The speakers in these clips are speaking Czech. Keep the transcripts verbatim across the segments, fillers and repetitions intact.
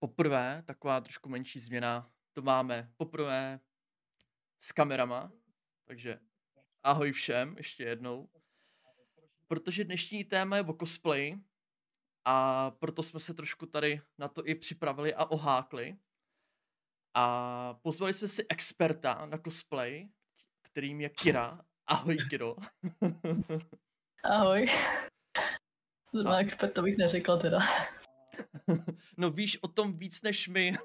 poprvé, taková trošku menší změna, to máme poprvé s kamerama, takže ahoj všem, ještě jednou. Protože dnešní téma je o cosplay a proto jsme se trošku tady na to i připravili a ohákli. A pozvali jsme si experta na cosplay, kterým je Kira. Ahoj, Kiro. Ahoj. Zrovna experta bych neřekla teda. No víš o tom víc než my.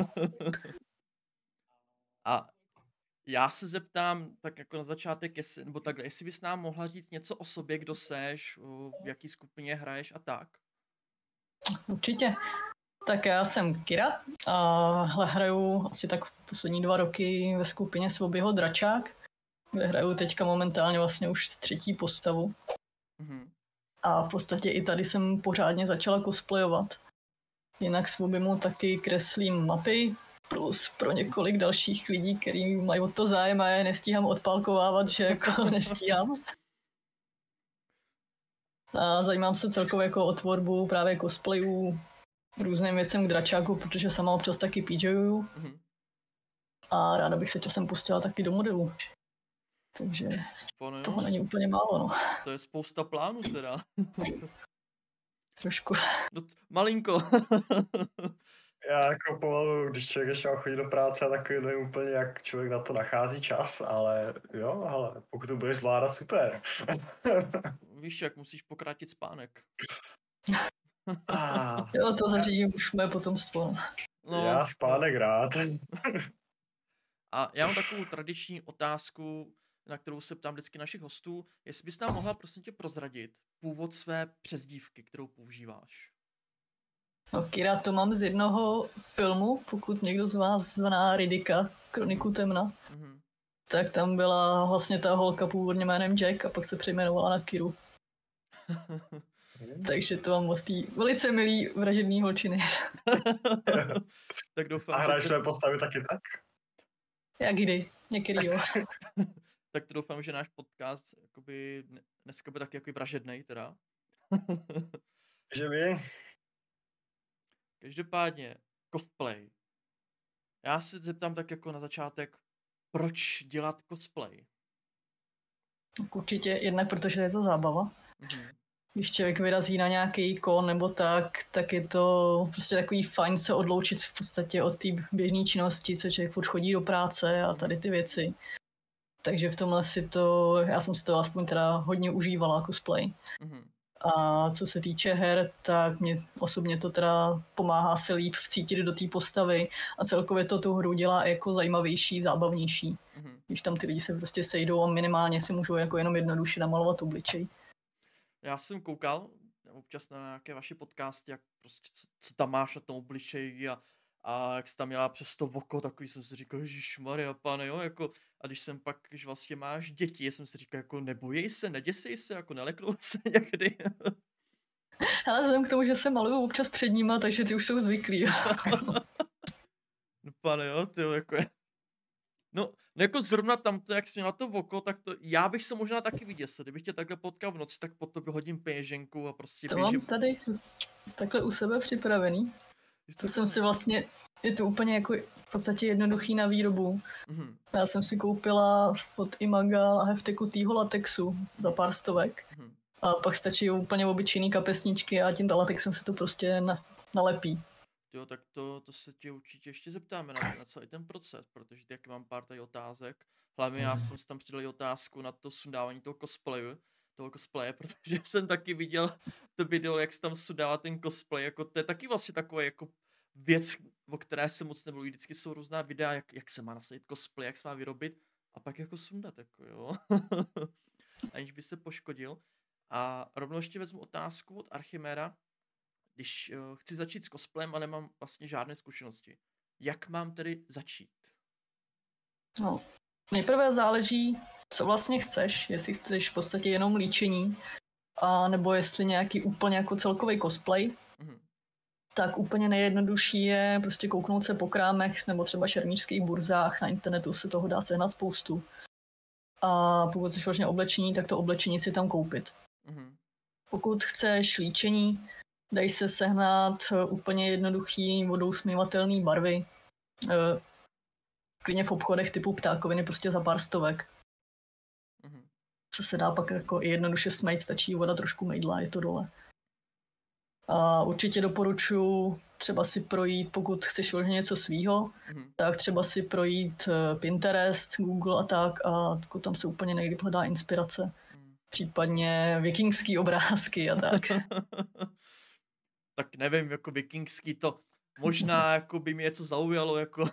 A já se zeptám tak jako na začátek, jestli, nebo takhle, jestli bys nám mohla říct něco o sobě, kdo seš, v jaký skupině hraješ a tak. Určitě. Tak já jsem Kira a hraju asi tak poslední dva roky ve skupině Svobyho Dračák, kde hraju teďka momentálně vlastně už třetí postavu. Mm-hmm. A v podstatě i tady jsem pořádně začala cosplayovat. Jinak Svobymu taky kreslím mapy, plus pro několik dalších lidí, kteří mají o to zájem a je nestíhám odpálkovávat, že jako nestíhám. A zajímám se celkově jako o tvorbu právě cosplayů, různým věcem k dračáku, protože sama občas taky PJuju. Mm-hmm. A ráda bych se časem pustila taky do modelu. Takže Pane, toho není úplně málo, no. To je spousta plánů teda. Trošku. No, malinko. Já jako pomalu, když člověk ještě má chodit do práce, tak nevím úplně, jak člověk na to nachází čas, ale jo, ale pokud to budeš zvládat, super. Víš, jak musíš pokrátit spánek. Ah. Jo, to zařídím už mé potomstvo. No. Já spánek rád. A já mám takovou tradiční otázku, na kterou se ptám vždycky našich hostů, jestli bys nám mohla prosím tě prozradit původ své přezdívky, kterou používáš. No, Kira, to mám z jednoho filmu, pokud někdo z vás zná Ridicka, Kroniku temna. Mm-hmm. Tak tam byla vlastně ta holka původně jménem Jack a pak se přejmenovala na Kiru. Takže to mám moc tý velice milý vražedný holčiny. Tak doufám, a hraješ své postavy taky tak? Jak kdy, některý jo. Tak to doufám, že náš podcast jakoby dneska bude taky jako vražednej teda. Že by? Každopádně, cosplay. Já se zeptám tak jako na začátek, proč dělat cosplay? Určitě jednak, protože je to zábava. Mm-hmm. Když člověk vyrazí na nějaký kon nebo tak, tak je to prostě takový fajn se odloučit v podstatě od té běžné činnosti, co člověk furt chodí do práce a tady ty věci. Takže v tomhle si to, já jsem si to aspoň teda hodně užívala cosplay. Mm-hmm. A co se týče her, tak mě osobně to teda pomáhá se líp vcítit do té postavy a celkově to tu hru dělá jako zajímavější, zábavnější. Mm-hmm. Když tam ty lidi se prostě sejdou a minimálně si můžou jako jenom jednoduše namalovat obličej. Já jsem koukal občas na nějaké vaše podcasty, jak prostě, co, co tam máš na tom obličeji a, a jak jsi tam měla přes to oko, takový jsem si říkal, ježišmarja, pane, jo, jako, a když jsem pak, když vlastně máš děti, jsem si říkal, jako nebojej se, neděsej se, jako neleknou se někdy. Ale vzhledem k tomu, že se maluju občas před nima, takže ty už jsou zvyklí. No pane, jo, ty jo, jako je. No, jako zrovna tamto, jak jsi měla to oko, tak to, já bych se možná taky vyděsil. Kdybych tě takhle potkal v noci, tak po tobě hodím peněženku a prostě to běžím. mám tady takhle u sebe připravený. To, to jsem si vlastně, je to úplně jako v podstatě jednoduchý na výrobu. Mm-hmm. Já jsem si koupila od Imaga hefteku týho latexu za pár stovek. Mm-hmm. A pak stačí úplně obyčejný kapesničky a tím latexem se to prostě na, nalepí. Jo, tak to, to se tě určitě ještě zeptáme na, na celý ten proces, protože jak mám pár tady otázek. Hlavně já jsem si tam přidal otázku na to sundávání toho cosplayu, toho cosplaye, protože jsem taky viděl to video, jak se tam sundává ten cosplay, jako to je taky vlastně takové jako věc, o které se moc nemluví. Vždycky jsou různá videa, jak, jak se má nasadit cosplay, jak se má vyrobit a pak jako sundat, jako jo. Aniž by se poškodil. A rovnou ještě vezmu otázku od Archimera. Když uh, chci začít s cosplayem a nemám vlastně žádné zkušenosti, jak mám tedy začít? No, nejprve záleží, co vlastně chceš, jestli chceš v podstatě jenom líčení, a nebo jestli nějaký úplně jako celkový cosplay, mm-hmm. tak úplně nejjednodušší je prostě kouknout se po krámech nebo třeba šermířských burzách, na internetu se toho dá sehnat spoustu. A pokud chceš vlastně oblečení, tak to oblečení si tam koupit. Mm-hmm. Pokud chceš líčení, Dají se sehnat úplně jednoduchý vodou smývatelný barvy. Klidně v obchodech typu ptákoviny prostě za pár stovek. Mhm. Co se dá pak jako i jednoduše smejt, stačí voda trošku mejdla, je to dole. A určitě doporučuji třeba si projít, pokud chceš vyložit něco svýho, Mhm. tak třeba si projít Pinterest, Google a tak a tam se úplně nejlíp hledá inspirace. Mhm. Případně vikingský obrázky a tak. Tak nevím, jako vikingský to možná jako by mě něco zaujalo, jako.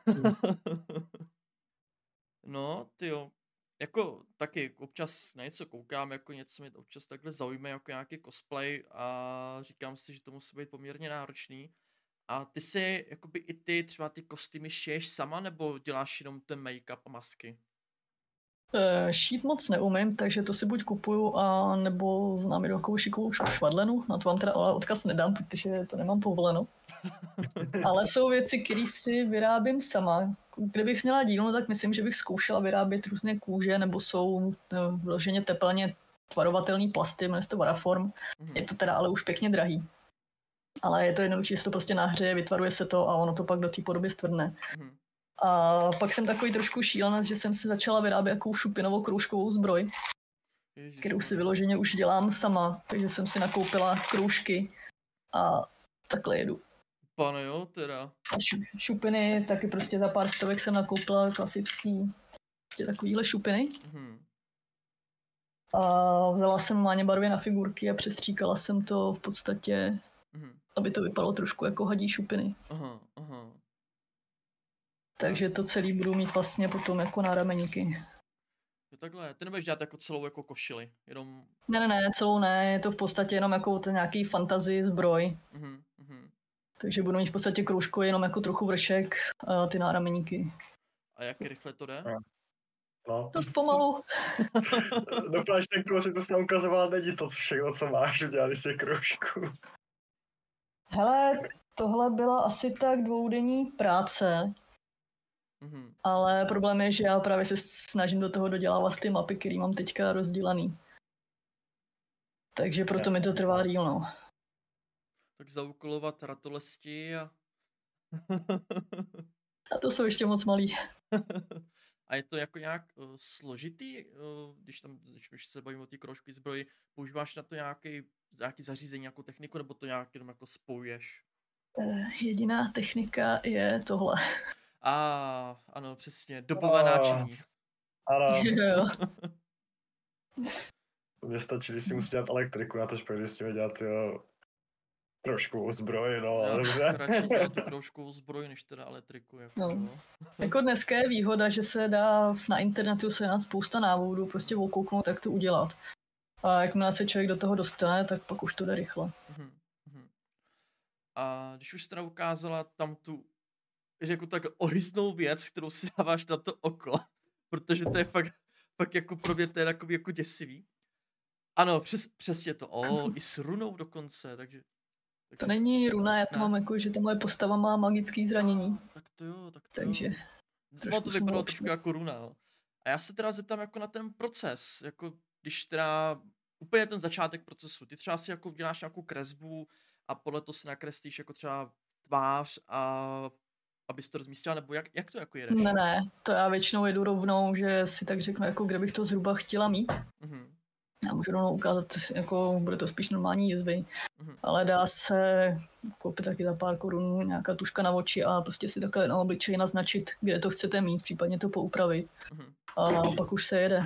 No, tyjo. Jako taky občas na něco koukám, jako něco mě občas takhle zaujme, jako nějaký cosplay a říkám si, že to musí být poměrně náročný. A ty si, jakoby i ty třeba ty kostýmy šiješ sama, nebo děláš jenom ten make-up a masky? Šít moc neumím, takže to si buď kupuju, a nebo znám jednu takovou šikovou švadlenu, na to vám teda ale odkaz nedám, protože to nemám povoleno. Ale jsou věci, které si vyrábím sama. Kdybych měla dílnu, tak myslím, že bych zkoušela vyrábět různé kůže, nebo jsou vloženě tepelně tvarovatelný plasty, jmenuje se to Varaform. Mm-hmm. Je to teda ale už pěkně drahý. Ale je to jednoduché, že se to prostě nahřeje, vytvaruje se to a ono to pak do té podoby stvrdne. Mm-hmm. A pak jsem takový trošku šílenec, že jsem si začala vyrábět jakou šupinovou kroužkovou zbroj, Ježiš, kterou si vyloženě už dělám sama, takže jsem si nakoupila kroužky a takhle jedu. Pane jo, teda. A šupiny, taky prostě za pár stovek jsem nakoupila klasický, prostě takovýhle šupiny. Mm-hmm. A vzala jsem máně barvy na figurky a přestříkala jsem to v podstatě, mm-hmm. aby to vypadalo trošku jako hadí šupiny. Aha, aha. Takže to celý budu mít vlastně potom jako na rameníky. Jo, takhle, ty nebudeš dělat jako celou jako košili, jenom... Ne, ne, ne, celou ne, je to v podstatě jenom jako ten nějaký fantasy zbroj. Mm-hmm, mm-hmm. Takže budu mít v podstatě kroužku jenom jako trochu vršek a ty nárameníky. A jak rychle to jde? No. Dost pomalu. Doufám, že ten si to tam ukazovala, není to všechno, co máš udělat z těch kroužků. Hele, tohle byla asi tak dvoudenní práce. Mm-hmm. Ale problém je, že já právě se snažím do toho dodělávat ty mapy, které mám teďka rozdělaný. Takže proto Jasně. mi to trvá díl, no. Tak zaúkolovat ratolesti a... a to jsou ještě moc malý. A je to jako nějak uh, složitý, uh, když tam, když se bavím o té kroužky zbroji, používáš na to nějaký, nějaký zařízení, nějakou techniku, nebo to nějak jenom jako spojuješ? Uh, jediná technika je tohle. A ah, ano, přesně, dobové náčiní. Ano. Jo. Mně stačí, když si musí dělat elektriku na to, že když si dělat jo, kroužkovou zbroj, no. Já dobře. Radši dělat tu kroužkovou zbroj, než teda elektriku. Jako, no. No. Jako dneska je výhoda, že se dá na internetu se dá spousta návodů, prostě okouknout, jak to udělat. A jakmile se člověk do toho dostane, tak pak už to jde rychle. Uh-huh. Uh-huh. A když už jsi teda ukázala tam tu že jako tak ohyznou věc, kterou si dáváš na to oko, protože to je fakt, fakt jako pro mě to je takový jako děsivý. Ano, přes, přesně to. O, i s runou dokonce, takže... takže to není runa, já to ne. mám jako, že ta moje postava má magické zranění. A, tak to jo, tak to takže jo. To vypadalo trošku jako runa, jo. A já se teda zeptám jako na ten proces, jako když teda úplně ten začátek procesu, ty třeba si jako děláš nějakou kresbu a podle toho si nakreslíš jako třeba tvář a abys to rozmístila, nebo jak, jak to jako jedeš? Ne, ne, to já většinou jedu rovnou, že si tak řeknu, jako kde bych to zhruba chtěla mít. Mm-hmm. Já můžu rovnou ukázat, jako bude to spíš normální jizvy, mm-hmm. ale dá se koupit taky za pár korun nějaká tuška na oči a prostě si takhle na obličeji naznačit, kde to chcete mít, případně to poupravit. Mm-hmm. A pak už se jede.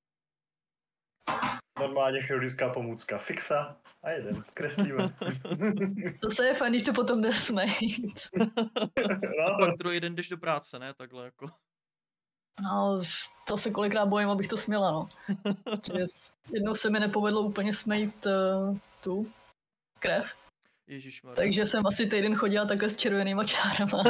Normálně chirurgická pomůcka, fixa a jeden, kreslíme. Zase je fajn, když to potom jde smejt. No. Pak druhý den jdeš do práce, ne? Takhle jako. No, to se kolikrát bojím, abych to směla, no. Jednou se mi nepovedlo úplně smejt uh, tu krev. Ježišmarja. Takže jsem asi týden chodila takhle s červenýma čárama.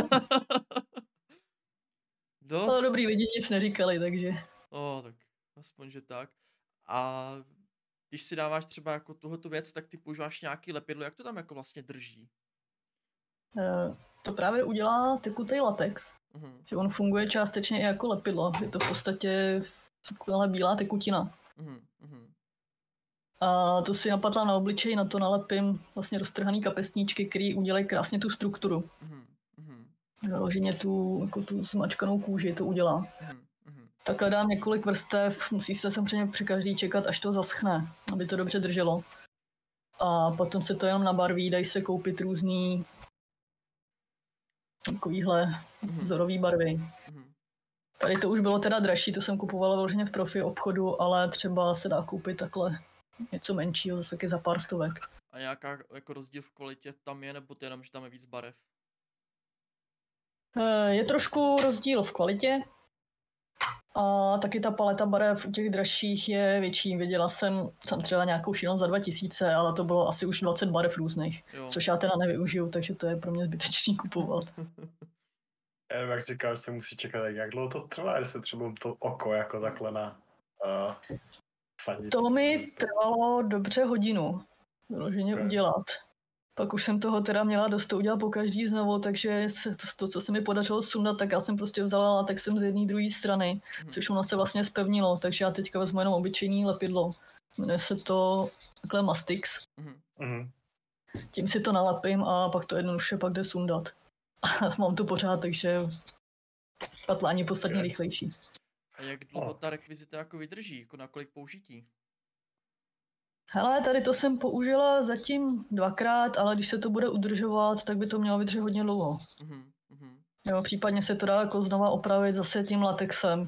Do? Ale dobrý lidi nic neříkali, takže... O, tak aspoň, že tak. A když si dáváš třeba jako tuhletu věc, tak ty používáš nějaký lepidlo, jak to tam jako vlastně drží? Uh, to právě udělá tekutý latex. Uh-huh. Že on funguje částečně i jako lepidlo. Je to v podstatě taková bílá tekutina. Uh-huh. Uh-huh. A to si napatla na obličej, na to nalepím vlastně roztrhaný kapesníčky, který udělají krásně tu strukturu. Mm-hmm. Vyloženě tu, jako tu zmačkanou kůži to udělá. Mm-hmm. Takhle dám několik vrstev, musí se samozřejmě při každý čekat, až to zaschne, aby to dobře drželo. A potom se to jenom nabarví, dají se koupit různý takovýhle mm-hmm. vzorový barvy. Mm-hmm. Tady to už bylo teda dražší, to jsem kupovala vyloženě v profi obchodu, ale třeba se dá koupit takhle něco menšího, zase taky za pár stovek. A nějaká jako rozdíl v kvalitě tam je, nebo to jenom, že tam je víc barev? Je trošku rozdíl v kvalitě. A taky ta paleta barev u těch dražších je větší. Viděla jsem, jsem třeba nějakou šílenou za dva tisíce, ale to bylo asi už dvacet barev různých, jo. Což já teda nevyužiju, takže to je pro mě zbytečný kupovat. Já nevím, jak říkal, že se musí čekat, jak dlouho to trvá, že se třeba to oko jako takhle na uh, sadit. To mi trvalo dobře hodinu vyloženě okay. udělat. Pak už jsem toho teda měla dost to udělat po každý znovu, takže se to, to, co se mi podařilo sundat, tak já jsem prostě vzala látex z jedné druhé strany, mm. což ono se vlastně zpevnilo, takže já teďka vezmu jenom obyčejný lepidlo. Jmenuje se to takhle Mastix. Mm. Tím si to nalepím a pak to jednoduše pak jde sundat. Mám to pořád, takže patlání je podstatně rychlejší. A jak dlouho ta rekvizita jako vydrží, jako na kolik použití? Hele, tady to jsem použila zatím dvakrát, ale když se to bude udržovat, tak by to mělo vydržet hodně dlouho. Mm-hmm. Jo, případně se to dá jako znova opravit zase tím latexem.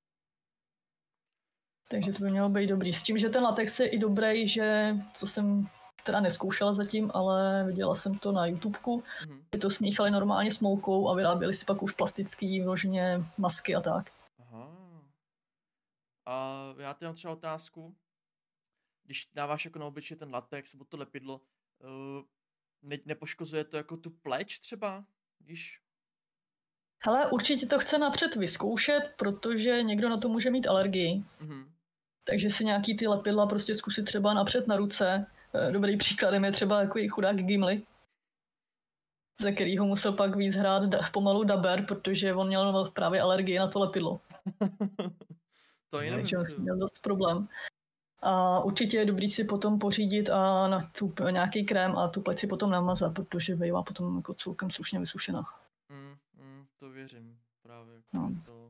Takže to by mělo být dobrý. S tím, že ten latex je i dobrý, že to jsem teda neskoušela zatím, ale viděla jsem to na YouTubeku. Mm-hmm. Je to smíchali normálně s moukou a vyráběli si pak už plastický vloženě masky a tak. Aha. A já tady mám třeba otázku. Když dáváš jako na obličej ten latex nebo to lepidlo, uh, ne, nepoškozuje to jako tu pleť třeba, když... Hele, určitě to chce napřed vyzkoušet, protože někdo na to může mít alergii. Mm-hmm. Takže si nějaký ty lepidla prostě zkusit třeba napřed na ruce. Dobrý příkladem je třeba takový chudák Gimli, za kterýho musel pak víc hrát da- pomalu daber, protože on měl právě alergii na to lepidlo. To je Takže on měl dost problém. A určitě je dobrý si potom pořídit a na tu, nějaký krém a tu pleť si potom namazat, protože bývá potom jako celkem slušně vysušená. Mm, mm, to věřím právě. No. To.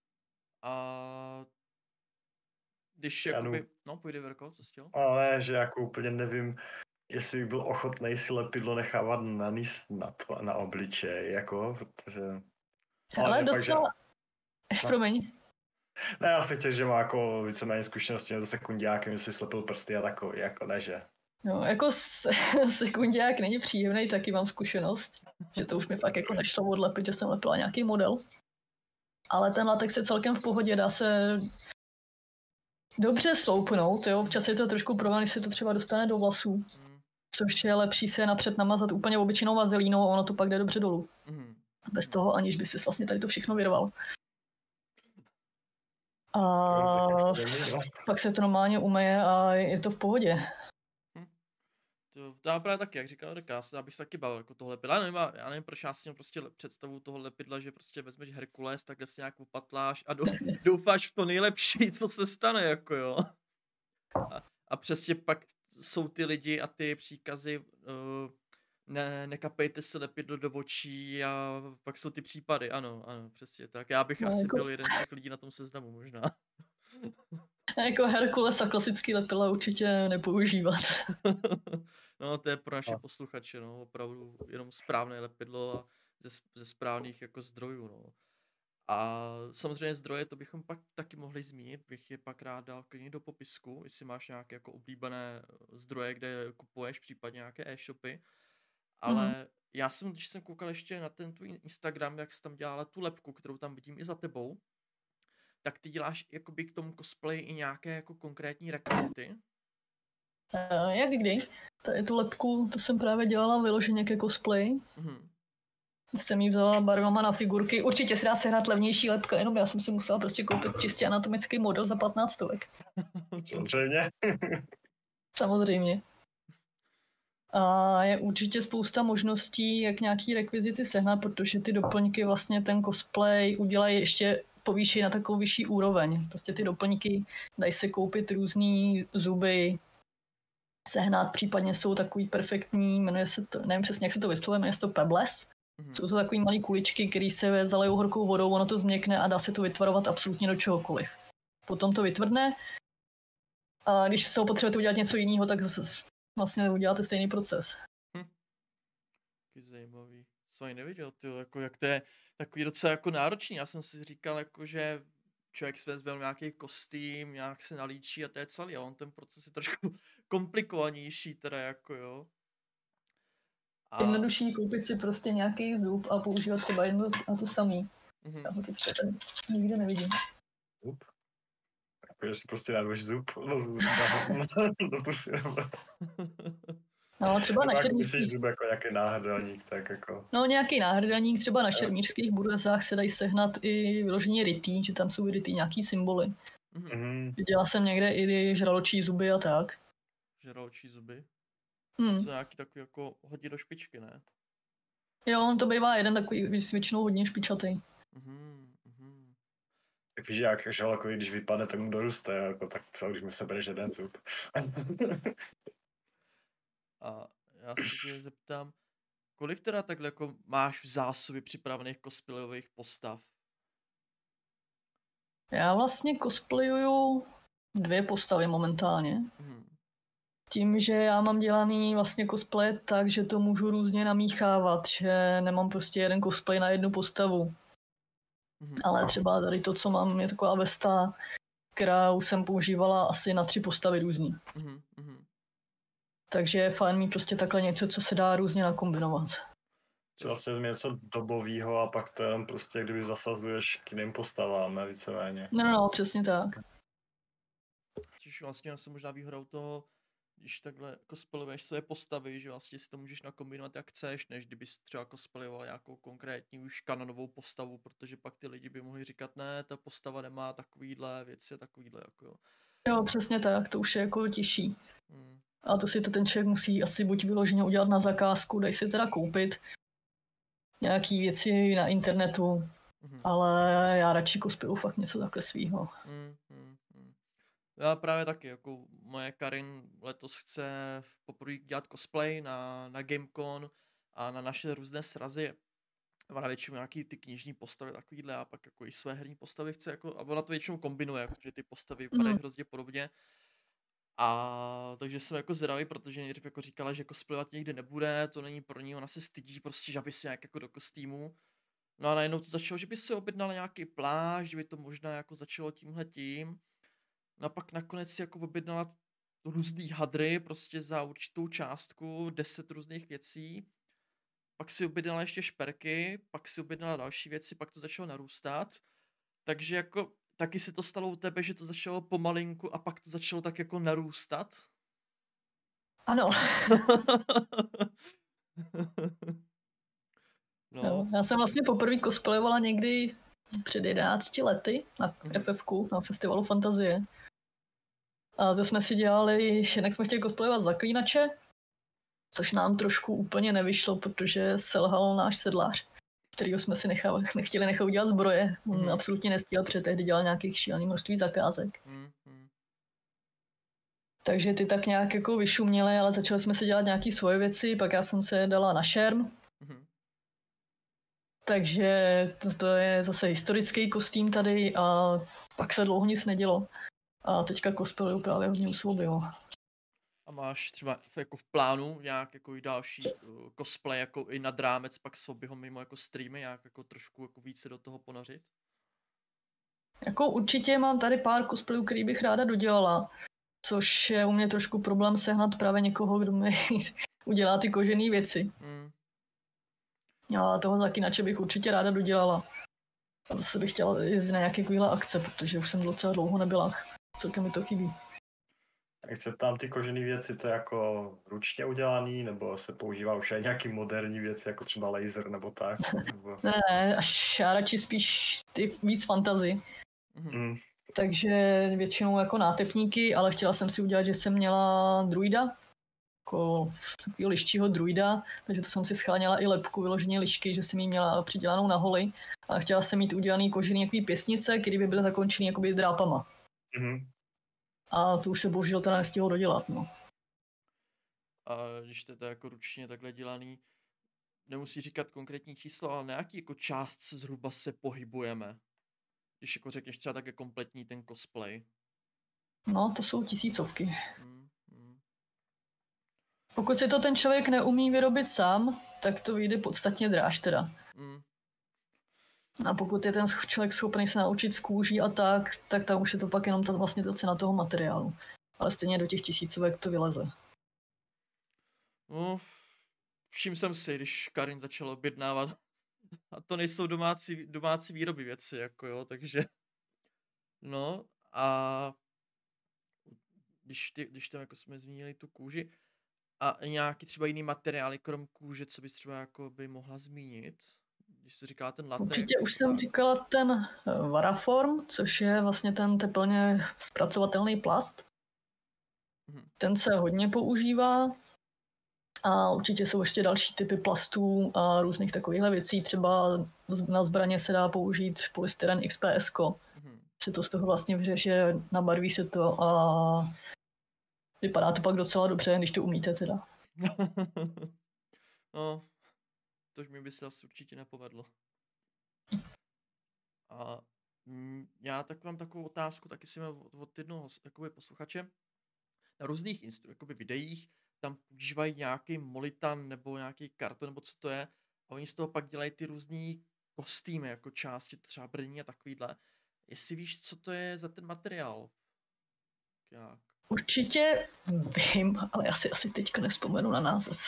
A když jakoby... No, půjde Verko, co jsi chtěl? Ale že jako úplně nevím, jestli bych byl ochotnej si lepidlo nechávat nanést na, to, na obličej, jako, protože... Ale, Ale docela... Že... No. Promiň. Ne, já jsem chtěl, že má jako víceméně zkušenosti s sekundiákem, že si slepil prsty a takový, jako ne, že... No, jako sekundiák není příjemný, taky mám zkušenost, že to už mi fakt jako nešlo odlepit, že jsem lepila nějaký model. Ale ten latex je celkem v pohodě, dá se dobře sloupnout, jo, občas je to trošku problém, když se to třeba dostane do vlasů, což je lepší se napřed namazat úplně obyčejnou vazelínou a ono to pak jde dobře dolů. Bez toho, aniž by si vlastně tady to všechno vyrval. A pak se to normálně umeje a je to v pohodě. Hm. To dá právě taky, jak říkal Reka, já bych se taky bavil jako toho lepidla. Já nevím, já nevím, proč já si měl prostě představu toho lepidla, že prostě vezmeš Herkules, takhle si nějak opatláš a doufáš v to nejlepší, co se stane, jako jo. A, a přesně pak jsou ty lidi a ty příkazy, uh, ne, nekapejte se lepidlo do očí a pak jsou ty případy, ano, ano, přesně tak. Já bych no, asi jako... byl jeden z těch lidí na tom seznamu možná. Jako Herkules a klasický lepidla určitě nepoužívat. No to je pro naše posluchače, no, opravdu jenom správné lepidlo a ze, ze správných jako zdrojů, no. A samozřejmě zdroje, to bychom pak taky mohli zmínit, bych je pak rád dal klidně do popisku, jestli máš nějaké jako oblíbené zdroje, kde kupuješ, případně nějaké e-shopy. Ale mm. já jsem, když jsem koukal ještě na ten tvůj Instagram, jak jsi tam dělala tu lepku, kterou tam vidím i za tebou, tak ty děláš jakoby k tomu cosplay i nějaké jako konkrétní rekvizity? Uh, jak kdy? Tady tu lepku, to jsem právě dělala vyloženě ke cosplay. Mm. Jsem jí vzala barvama na figurky. Určitě si dá sehnat levnější lepka, jenom já jsem si musela prostě koupit čistě anatomický model za patnáct stovek. Samozřejmě. Samozřejmě. A je určitě spousta možností, jak nějaký rekvizity sehnat, protože ty doplňky vlastně ten cosplay udělají ještě povýší na takovou vyšší úroveň. Prostě ty doplňky dají se koupit různý zuby, sehnat, případně jsou takový perfektní, jmenuje se to, nevím přesně, jak se to vyslovuje, jmenuje se to pebbles. Mm-hmm. Jsou to takový malý kuličky, které se zalejou horkou vodou, ono to změkne a dá se to vytvarovat absolutně do čehokoliv. Potom to vytvrdne a když se ho potřebujete udělat něco jiného, tak zase vlastně uděláte stejný proces. Hm. Taky zajímavý. Co ani neviděl, ty, jako, jak to je takový docela jako náročný. Já jsem si říkal, jako, že člověk si vezme nějaký kostým, nějak se nalíčí a to je celý. A on ten proces je trošku komplikovanější teda, jako jo. A... Jednodušší koupit si prostě nějaký zub a používat třeba jedno a to samý. Mm-hmm. Já to třeba nikde nevidím. Zub? Jako, že si prostě dáš zub no, zub, do pusy, nebo... No, třeba na šermířských... Myslíš zub jako nějaký náhrdelník, tak jako... No, nějaký náhrdelník, třeba na šermířských burezách se dají sehnat i vyloženě rytý, že tam jsou rytý nějaký symboly. Mm-hmm. Viděla jsem někde i žraločí zuby a tak. Žraločí zuby? Hmm. Jsou nějaký takový jako hodně do špičky, ne? Jo, on to bývá jeden takový většinou hodně špičatý. Mhm, mhm. Tak víš, jak žralokovi, když vypadne, tak mu doroste, jako, tak co, když mi sebereš jeden zub. A já se tě zeptám, kolik teda takhle jako máš v zásobě připravených cosplayových postav? Já vlastně cosplayuju dvě postavy momentálně. Mhm. Tím, že já mám dělaný vlastně cosplay tak, že to můžu různě namíchávat, že nemám prostě jeden cosplay na jednu postavu. Mm-hmm. Ale třeba tady to, co mám, je taková vesta, kterou jsem používala asi na tři postavy různý. Mm-hmm. Takže je fajn mít prostě takhle něco, co se dá různě nakombinovat. Co vlastně něco dobovýho a pak to jenom prostě, kdyby zasazuješ k jiným postavám, ne víceméně. No, no, přesně tak. Což vlastně se možná výhodou toho, když takhle cosplayuješ své postavy, že vlastně si to můžeš nakombinovat jak chceš, než kdybys třeba cosplayoval nějakou konkrétní už kanonovou postavu, protože pak ty lidi by mohli říkat, ne, ta postava nemá takovýhle věci, takovýhle jako jo. Jo, přesně tak, to už je jako těžší. Hmm. A to si to ten člověk musí asi buď vyloženě udělat na zakázku, dej si teda koupit nějaký věci na internetu, hmm. ale já radši cosplayu fakt něco takhle svýho. Hmm, hmm, hmm. Já právě taky, jako moje Karin letos chce poprvé dělat cosplay na, na GameCon a na naše různé srazy. Ona většinou nějaký ty knižní postavy takovýhle a pak jako i své herní postavy chce, jako, a ona to většinou kombinuje, jako, že ty postavy vypadají mm. hrozně podobně. A takže jsem jako zvědavý, protože nejdřív jako říkala, že cosplayovat nikdy nebude, to není pro ní, ona se stydí prostě, že by se nějak jako do kostýmu. No a najednou to začalo, že by se objednala nějaký plášť, že by to možná jako začalo tímhletím. No a pak nakonec si jako objednala různý hadry prostě za určitou částku, deset různých věcí. Pak si objednala ještě šperky, pak si objednala další věci, pak to začalo narůstat. Takže jako taky se to stalo u tebe, že to začalo pomalinku a pak to začalo tak jako narůstat? Ano. no. No, já jsem vlastně poprvé cosplayovala někdy před jedenácti lety na mm. F F ku, na festivalu Fantazie. A to jsme si dělali, jednak jsme chtěli cosplayovat Zaklínače, což nám trošku úplně nevyšlo, protože selhal náš sedlář, kterýho jsme si nechali, nechtěli nechat udělat zbroje. On mm. absolutně nestíhal, protože tehdy dělal nějakých šílených množství zakázek. Mm. Takže ty tak nějak jako vyšuměly, ale začali jsme si dělat nějaké svoje věci, pak já jsem se dala na šerm. Mm. Takže to, to je zase historický kostým tady a pak se dlouho nic nedělo. A teďka cosplayu právě hodně usvobilo. A máš třeba jako v plánu nějak jako i další uh, cosplay jako i nad rámec pak sobě ho mimo jako streamy, nějak jako trošku jako více do toho ponořit? Jako určitě mám tady pár cosplayů, který bych ráda dodělala, což je u mě trošku problém sehnat právě někoho, kdo mi udělá ty kožené věci. Mm. A toho Zaklínače bych určitě ráda dodělala. A zase bych chtěla jezdit na nějaké takovéhle akce, protože už jsem docela dlouho nebyla. Celkem mi to chybí. Jak se tam ty kožené věci, to je jako ručně udělaný, nebo se používá už i nějaký moderní věci, jako třeba laser nebo tak? Nebo... Ne, ne, až já radši spíš ty víc fantasy. Mm. Takže většinou jako nátepníky, ale chtěla jsem si udělat, že jsem měla druida, jako takového liščího druida, takže to jsem si scháněla i lepku, vyloženě lišky, že jsem jí měla přidělanou na holy. A chtěla jsem mít udělaný kožený jaký pěsnice, které by byly zakončený jakoby drápama. Mm. A to už se bohužel teda nestihlo dodělat, no. A když to je to jako ručně takhle dělaný, nemusí říkat konkrétní číslo, ale na jaký jako částce zhruba se pohybujeme. Když jako řekneš třeba také kompletní ten cosplay. No, to jsou tisícovky. Hmm, hmm. Pokud si to ten člověk neumí vyrobit sám, tak to vyjde podstatně dráž teda. Hmm. A pokud je ten člověk schopný se naučit z kůží a tak, tak tam už je to pak jenom ta, vlastně ta cena toho materiálu. Ale stejně do těch tisícovek to vyleze. No, všim jsem si, když Karin začala objednávat. A to nejsou domácí, domácí výroby věci, jako jo, takže... No, a... Když, ty, když tam jako jsme zmínili tu kůži, a nějaký třeba jiný materiály, krom kůže, co bys třeba jako by mohla zmínit? Když jsi říkala ten latex. Určitě už jsem tak... říkala ten Varaform, což je vlastně ten teplně zpracovatelný plast. Hmm. Ten se hodně používá a určitě jsou ještě další typy plastů a různých takovýchhle věcí. Třeba na zbraně se dá použít polystyren X P S. Hmm. Se to z toho vlastně vyřeší, nabarví se to a vypadá to pak docela dobře, když to umíte teda. No, tož mi by se asi určitě nepovedlo. A mm, já tak mám takovou otázku, taky si mám od jednoho jakoby posluchače. Na různých instru, jakoby videích tam používají nějaký molitan nebo nějaký karton, nebo co to je. A oni z toho pak dělají ty různý kostýmy, jako části, třeba brnění a takovýhle. Jestli víš, co to je za ten materiál? Jak? Určitě vím, ale já si asi teďka nevzpomenu na název.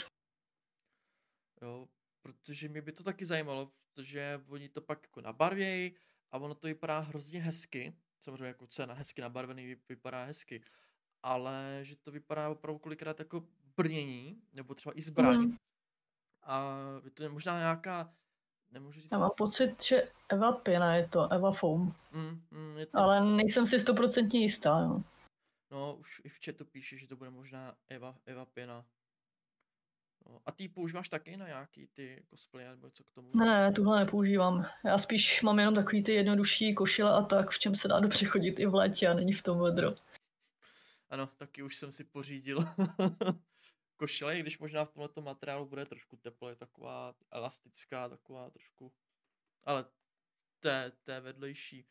Jo, protože mě by to taky zajímalo, protože oni to pak jako nabarvějí a ono to vypadá hrozně hezky. Samozřejmě jako co je na hezky nabarvený, vypadá hezky. Ale že to vypadá opravdu kolikrát jako brnění, nebo třeba i zbraň. Mm. A to je možná nějaká, nemůžu říct... Já mám pocit, že Eva Pěna je to, Eva Foam. Mm, mm, je to... Ale nejsem si stoprocentně jistá, no. No, už i v chatu píše, že to bude možná Eva, Eva Pěna. No. A ty používáš taky na nějaký ty cosplay nebo co k tomu? Ne, ne, tuhle nepoužívám. Já spíš mám jenom takový ty jednodušší košile a tak, v čem se dá dobře chodit i v létě a není v tom vedro. Ano, taky už jsem si pořídil košile, i když možná v tomto materiálu bude trošku teplo, je taková elastická, taková trošku, ale to je, to je vedlejší.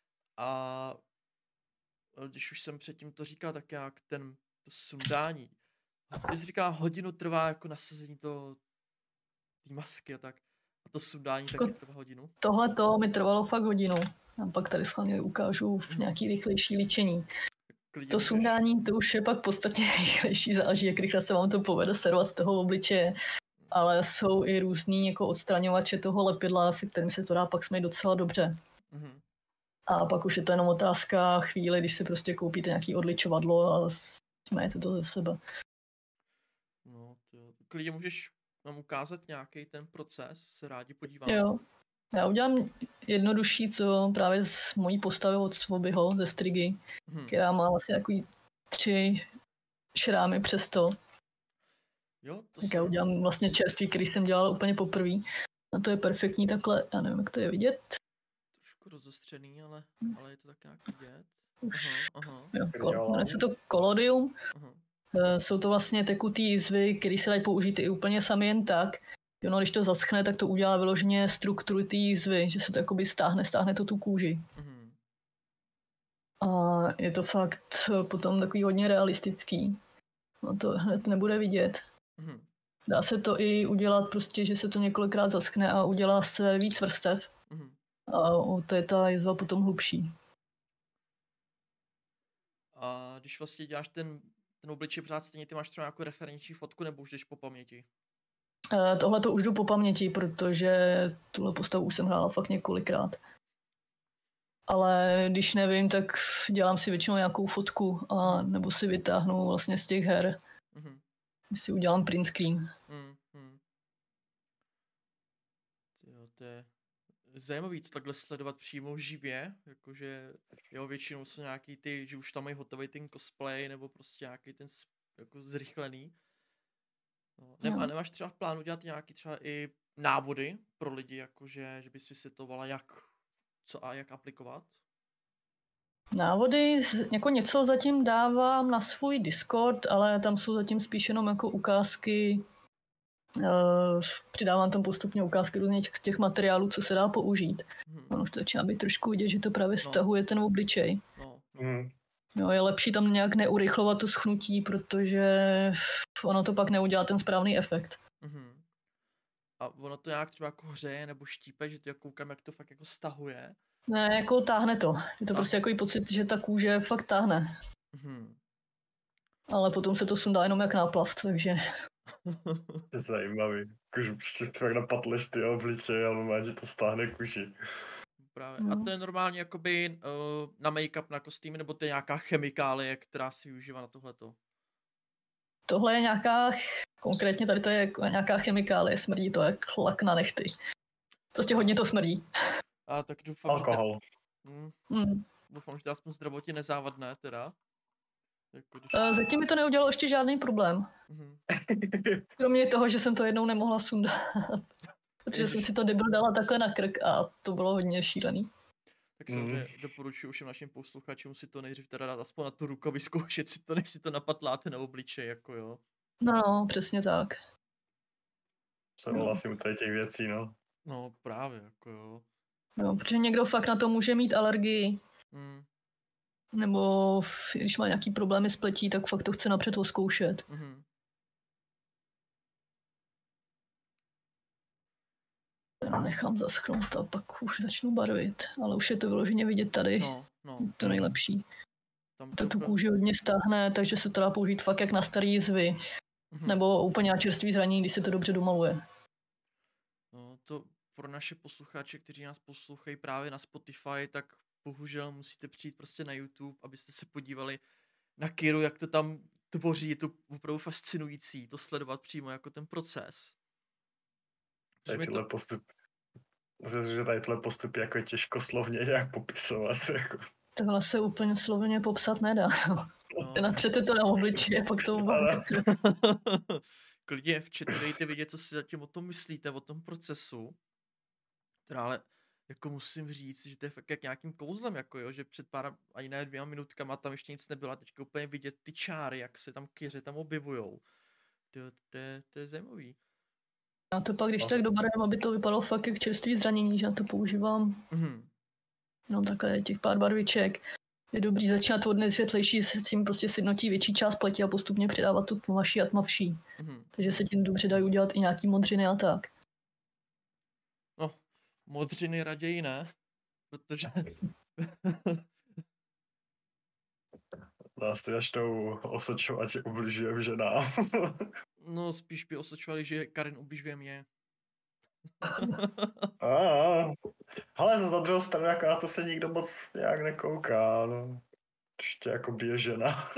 A když už jsem předtím to říkal, tak jak ten, to sundání, ty jsi říkala, hodinu trvá jako nasazení to, té masky a tak, a to sundání jako taky trvá hodinu? Tohle to mi trvalo fakt hodinu, a pak tady schválně ukážu v nějaký rychlejší líčení. Klidně to sundání, to už je pak podstatně rychlejší, záleží, jak rychle se vám to povede servat z toho obličeje. Ale jsou i různý jako odstraňovače toho lepidla, se kterým se to dá pak smít docela dobře. Mm-hmm. A pak už je to jenom otázka chvíli, když si prostě koupíte nějaký odličovadlo a smějete to ze sebe. No, to klidně můžeš nám ukázat nějaký ten proces, se rádi podíváme. Jo. Já udělám jednodušší, co právě z mojí postavy od Svobyho, ze Strigy, hmm. která má vlastně takový tři šrámy přes to. Jo, to tak já udělám vlastně čerstvý, který jsem dělala úplně poprvé. A to je perfektní takhle, já nevím, jak to je vidět. Trošku rozostřený, ale, ale je to tak nějak vidět. Už. Aha, aha. Jo, kol, jmenuje se to Collodium. Aha. Jsou to vlastně tekutý jizvy, které se dají použít i úplně sami jen tak. Jo, no, když to zaschne, tak to udělá vyloženě strukturu té jízvy, že se to jakoby stáhne, stáhne to tu kůži. Mm-hmm. A je to fakt potom takový hodně realistický. No to hned nebude vidět. Mm-hmm. Dá se to i udělat prostě, že se to několikrát zaschne a udělá se víc vrstev. Mm-hmm. A to je ta jizva potom hlubší. A když vlastně děláš ten, ten obličej pořád stejně, ty máš třeba nějakou referenční fotku nebo už jdeš po paměti? Tohle to už jdu po paměti, protože tuhle postavu už jsem hrála fakt několikrát. Ale když nevím, tak dělám si většinou nějakou fotku a nebo si vytáhnu vlastně z těch her. Mm-hmm. Si udělám print screen. Mm-hmm. Jo, to je zajímavý to takhle sledovat přímo živě, jakože jo, většinou jsou nějaký ty, že už tam mají hotový ten cosplay nebo prostě nějaký ten jako zrychlený. No, ne, a nemáš třeba v plánu dělat nějaký třeba i návody pro lidi, jakože, že bys vysvětlovala, jak, co a jak aplikovat? Návody, jako něco zatím dávám na svůj Discord, ale tam jsou zatím spíš jenom jako ukázky. Uh, přidávám tam postupně ukázky různých těch materiálů, co se dá použít. Hmm. Ono už to začíná být trošku vidět, že to právě no. stahuje ten obličej. No. Hmm. No, je lepší tam nějak neurychlovat to schnutí, protože ono to pak neudělá ten správný efekt. Hmm. A ono to nějak třeba jako hřeje nebo štípe, že to jako koukám, jak to fakt jako stahuje. Ne, jako táhne to. Je to a. prostě jako pocit, že ta kůže fakt táhne. Hmm. Ale potom se to sundá jenom jak náplast, takže... Zajímavý. Jakože prostě fakt napatleš ty obličeje a má, že to stáhne kůži. Právě. No. A to je normálně jakoby uh, na make-up, na kostýmy, nebo to je nějaká chemikálie, která si využívá na tohleto? Tohle je nějaká, konkrétně tady to je jako nějaká chemikálie, smrdí to jak lak na nechty. Prostě hodně to smrdí. A tak doufám, alkohol. Že hmm. Hmm. Doufám, že to aspoň zdravotně nezávadné teda. Jako když... uh, zatím mi to neudělalo ještě žádný problém. Hmm. Kromě toho, že jsem to jednou nemohla sundat. Protože Ježiš. jsem si to debil dala takhle na krk a to bylo hodně šílený. Tak samozřejmě mm. doporučuji všem našim posluchačům si to nejdřív teda dát aspoň na tu ruku, vyzkoušet si to, než si to napatláte na obličej, jako jo. No, přesně tak. Souhlasím u tady těch věcí, no. No, právě, jako jo. No, protože někdo fakt na to může mít alergii. Mm. Nebo když má nějaký problémy s pletí, tak fakt to chce napřed odzkoušet. Mm. Nechám zaschnout a pak už začnu barvit, ale už je to vyloženě vidět tady, no, no. to nejlepší. Tam to tu kůži hodně stáhne, takže se to dá použít fakt jak na starý jizvy, mm-hmm. nebo úplně na čerstvý zranění, když se to dobře domaluje. No, to pro naše posluchače, kteří nás poslouchají právě na Spotify, tak bohužel musíte přijít prostě na YouTube, abyste se podívali na Kiru, jak to tam tvoří, je to opravdu fascinující, to sledovat přímo jako ten proces. Tady tyhle to... postupy, myslím, že tady tyhle postupy jako je těžko slovně nějak popisovat. Jako. Tohle se úplně slovně popsat nedá. No. No. Natřete to na obličeje, pak to uvavíte. Klidně v chatu dejte vidět, co si zatím o tom myslíte, o tom procesu. Teda ale jako musím říct, že to je fakt jak nějakým kouzlem, jako jo, že před pár ani ne dvěma minutkama tam ještě nic nebylo a teďka úplně vidět ty čáry, jak se tam Kiře tam objevujou. To, to, je, to je zajímavý. Já to pak, když no. tak dobarvím, aby to vypadalo fakt jak čerstvý zranění, že na to používám. Mm-hmm. Jenom takhle těch pár barviček. Je dobrý začínat od nejsvětlejší, s tím prostě sjednotí větší část pleti a postupně přidávat tu tmavší a tmavší. Mm-hmm. Takže se tím dobře dají udělat i nějaký modřiny a tak. No, modřiny raději ne, protože... Nás ty začnou osočovat, že ubližujem ženám. No, spíš by osočovali, že Karin ubližuje mě. Ale za druhou stranu, jako na to se nikdo moc nějak nekouká, no. Ještě jako bije žena.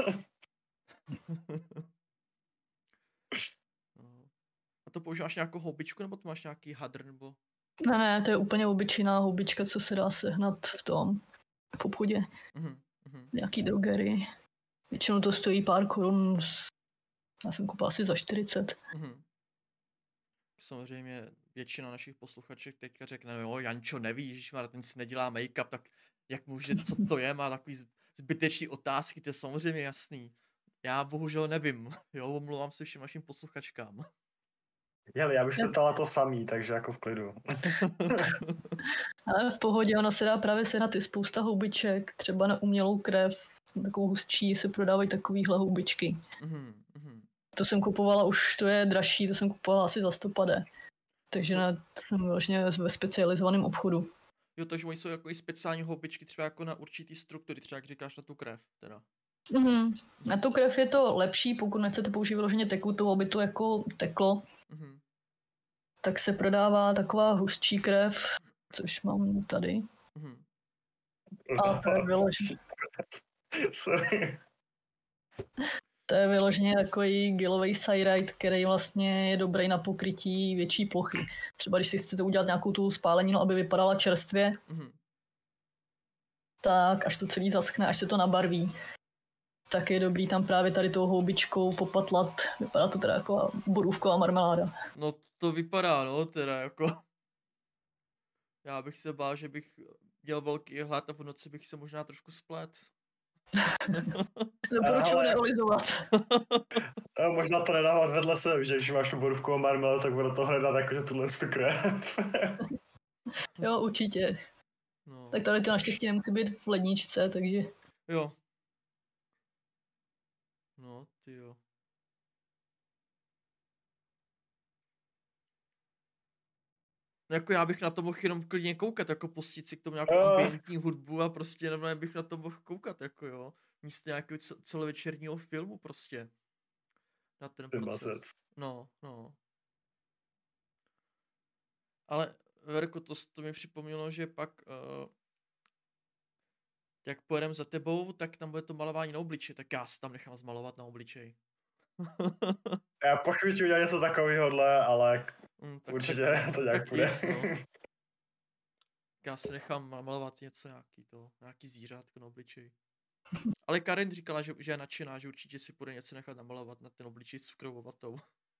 A to používáš nějakou houbičku, nebo to máš nějaký hadr, nebo... Ne, ne, to je úplně obyčejná houbička, co se dá sehnat v tom, v obchodě. Mm-hmm. Nějaký drogery. Většinou to stojí pár korun. Já jsem koupil asi za čtyřicet. Mm-hmm. Samozřejmě většina našich posluchaček teďka řekne, jo, Jančo neví, ježišmarja, ten si nedělá make-up, tak jak může, co to je, má takový zbytečný otázky, to je samozřejmě jasný. Já bohužel nevím, jo, omlouvám se všem našim posluchačkám. Jeli, já bych se ptala to samý, takže jako v klidu. Ale v pohodě, ono se dá právě sehnat i spousta houbiček, třeba na umělou krev, takovou hustší se prodávají takovýhle houbičky. Mm-hmm, mm-hmm. To jsem kupovala, už to je dražší, to jsem kupovala asi za sto padé. Takže na, to jsem vlastně ve specializovaném obchodu. Jo, takže oni jsou jako i speciální houbičky, třeba jako na určitý struktury, třeba jak říkáš na tu krev, teda. Mm-hmm. Na tu krev je to lepší, pokud nechcete použít vyloženě tekutou, aby to jako teklo. Mm-hmm. Tak se prodává taková hustší krev, což mám tady. Mm-hmm. A to je vyloženě... Sorry. To je vyloženě takový gelový cyrite, který vlastně je dobrý na pokrytí větší plochy. Třeba když si chcete udělat nějakou tu spáleninu, aby vypadala čerstvě, mm-hmm. tak až to celý zaschne, až se to nabarví, tak je dobrý tam právě tady tou houbičkou popatlat. Vypadá to teda jako borůvková marmeláda. No to vypadá, no, teda jako... Já bych se bál, že bych měl velký hlad a v noci bych se možná trošku splet. Doporučuji Ale- neolizovat. Jo, možná to nedávat vedle sebe, že když máš tu borůvkovou marmelu, tak bude to hledat jakože tuhle tu krev. Jo, určitě. No, Tak tady to naštěstí nemusí být v ledničce, takže jo. No, ty jo. No jako já bych na to mohl jenom klidně koukat, jako pustit si k tomu nějakou Jo. ambientní hudbu a prostě normálně bych na to mohl koukat, jako jo. Místo nějakého ce- celovečerního filmu prostě. Na ten Ty proces. mazec. No, no. Ale Verko, to, to mi připomnělo, že pak uh, jak pojedem za tebou, tak tam bude to malování na obličeji, tak já si tam nechám zmalovat na obličej. Já po chvíli udělám něco takovýhodle, ale Mm, tak, určitě tak, to nějak tak bude. víc, no. Já si nechám malovat něco, nějaký to, nějaký zvířátko na obličeji. Ale Karen říkala, že, že je nadšená, že určitě si bude něco nechat namalovat na ten obličej s cukrovou vatou.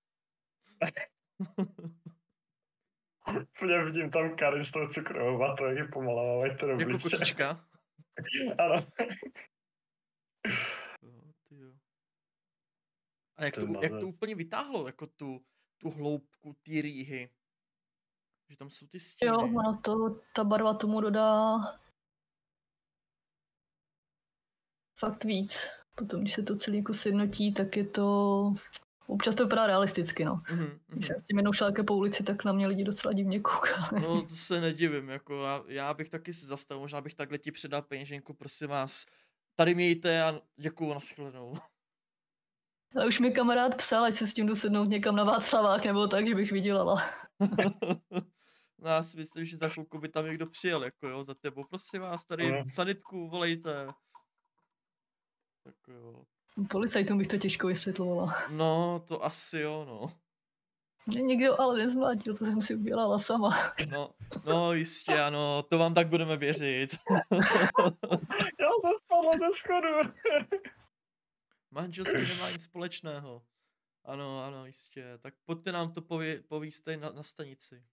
Úplně vidím tam Karin s tou cukrovou vatou, jak je pomalovávají ten Jako obličej. kočička. Ano. Jo, ty jo. A jak To to, je jak to mazec. úplně vytáhlo, jako tu, tu hloubku, ty rýhy. Že tam jsou ty stíny. jo, ono to, ta barva tomu dodá fakt víc. Potom, když se to celé jako sjednotí, tak je to... Občas to vypadá realisticky, no. Mhm, Když mhm. jsem s tím jednou šel také po ulici, tak na mě lidi docela divně koukali. No to se nedivím, jako já, já bych taky si zastavil, možná bych takhle ti předal peněženku, prosím vás. Tady mějte a děkuju, nashledanou. Ale už mi kamarád psal, ať se s tím jdu sednout někam na Václavák, nebo tak, že bych vydělala. No já si myslím, že za chvilku by tam někdo přijel, jako jo, za tebou. Prosím vás, tady Mhm. sanitku, volejte. Tak jo. Policajtům bych to těžko vysvětlovala. No, to asi jo, no. Mě nikdo ale nezmlátil, to jsem si udělala sama. No, no jistě, ano, to vám tak budeme věřit. Já jsem spadla ze schodu. Manželství nemá nic společného. Ano, ano, jistě. Tak pojďte nám to pově- povíste na, na stanici.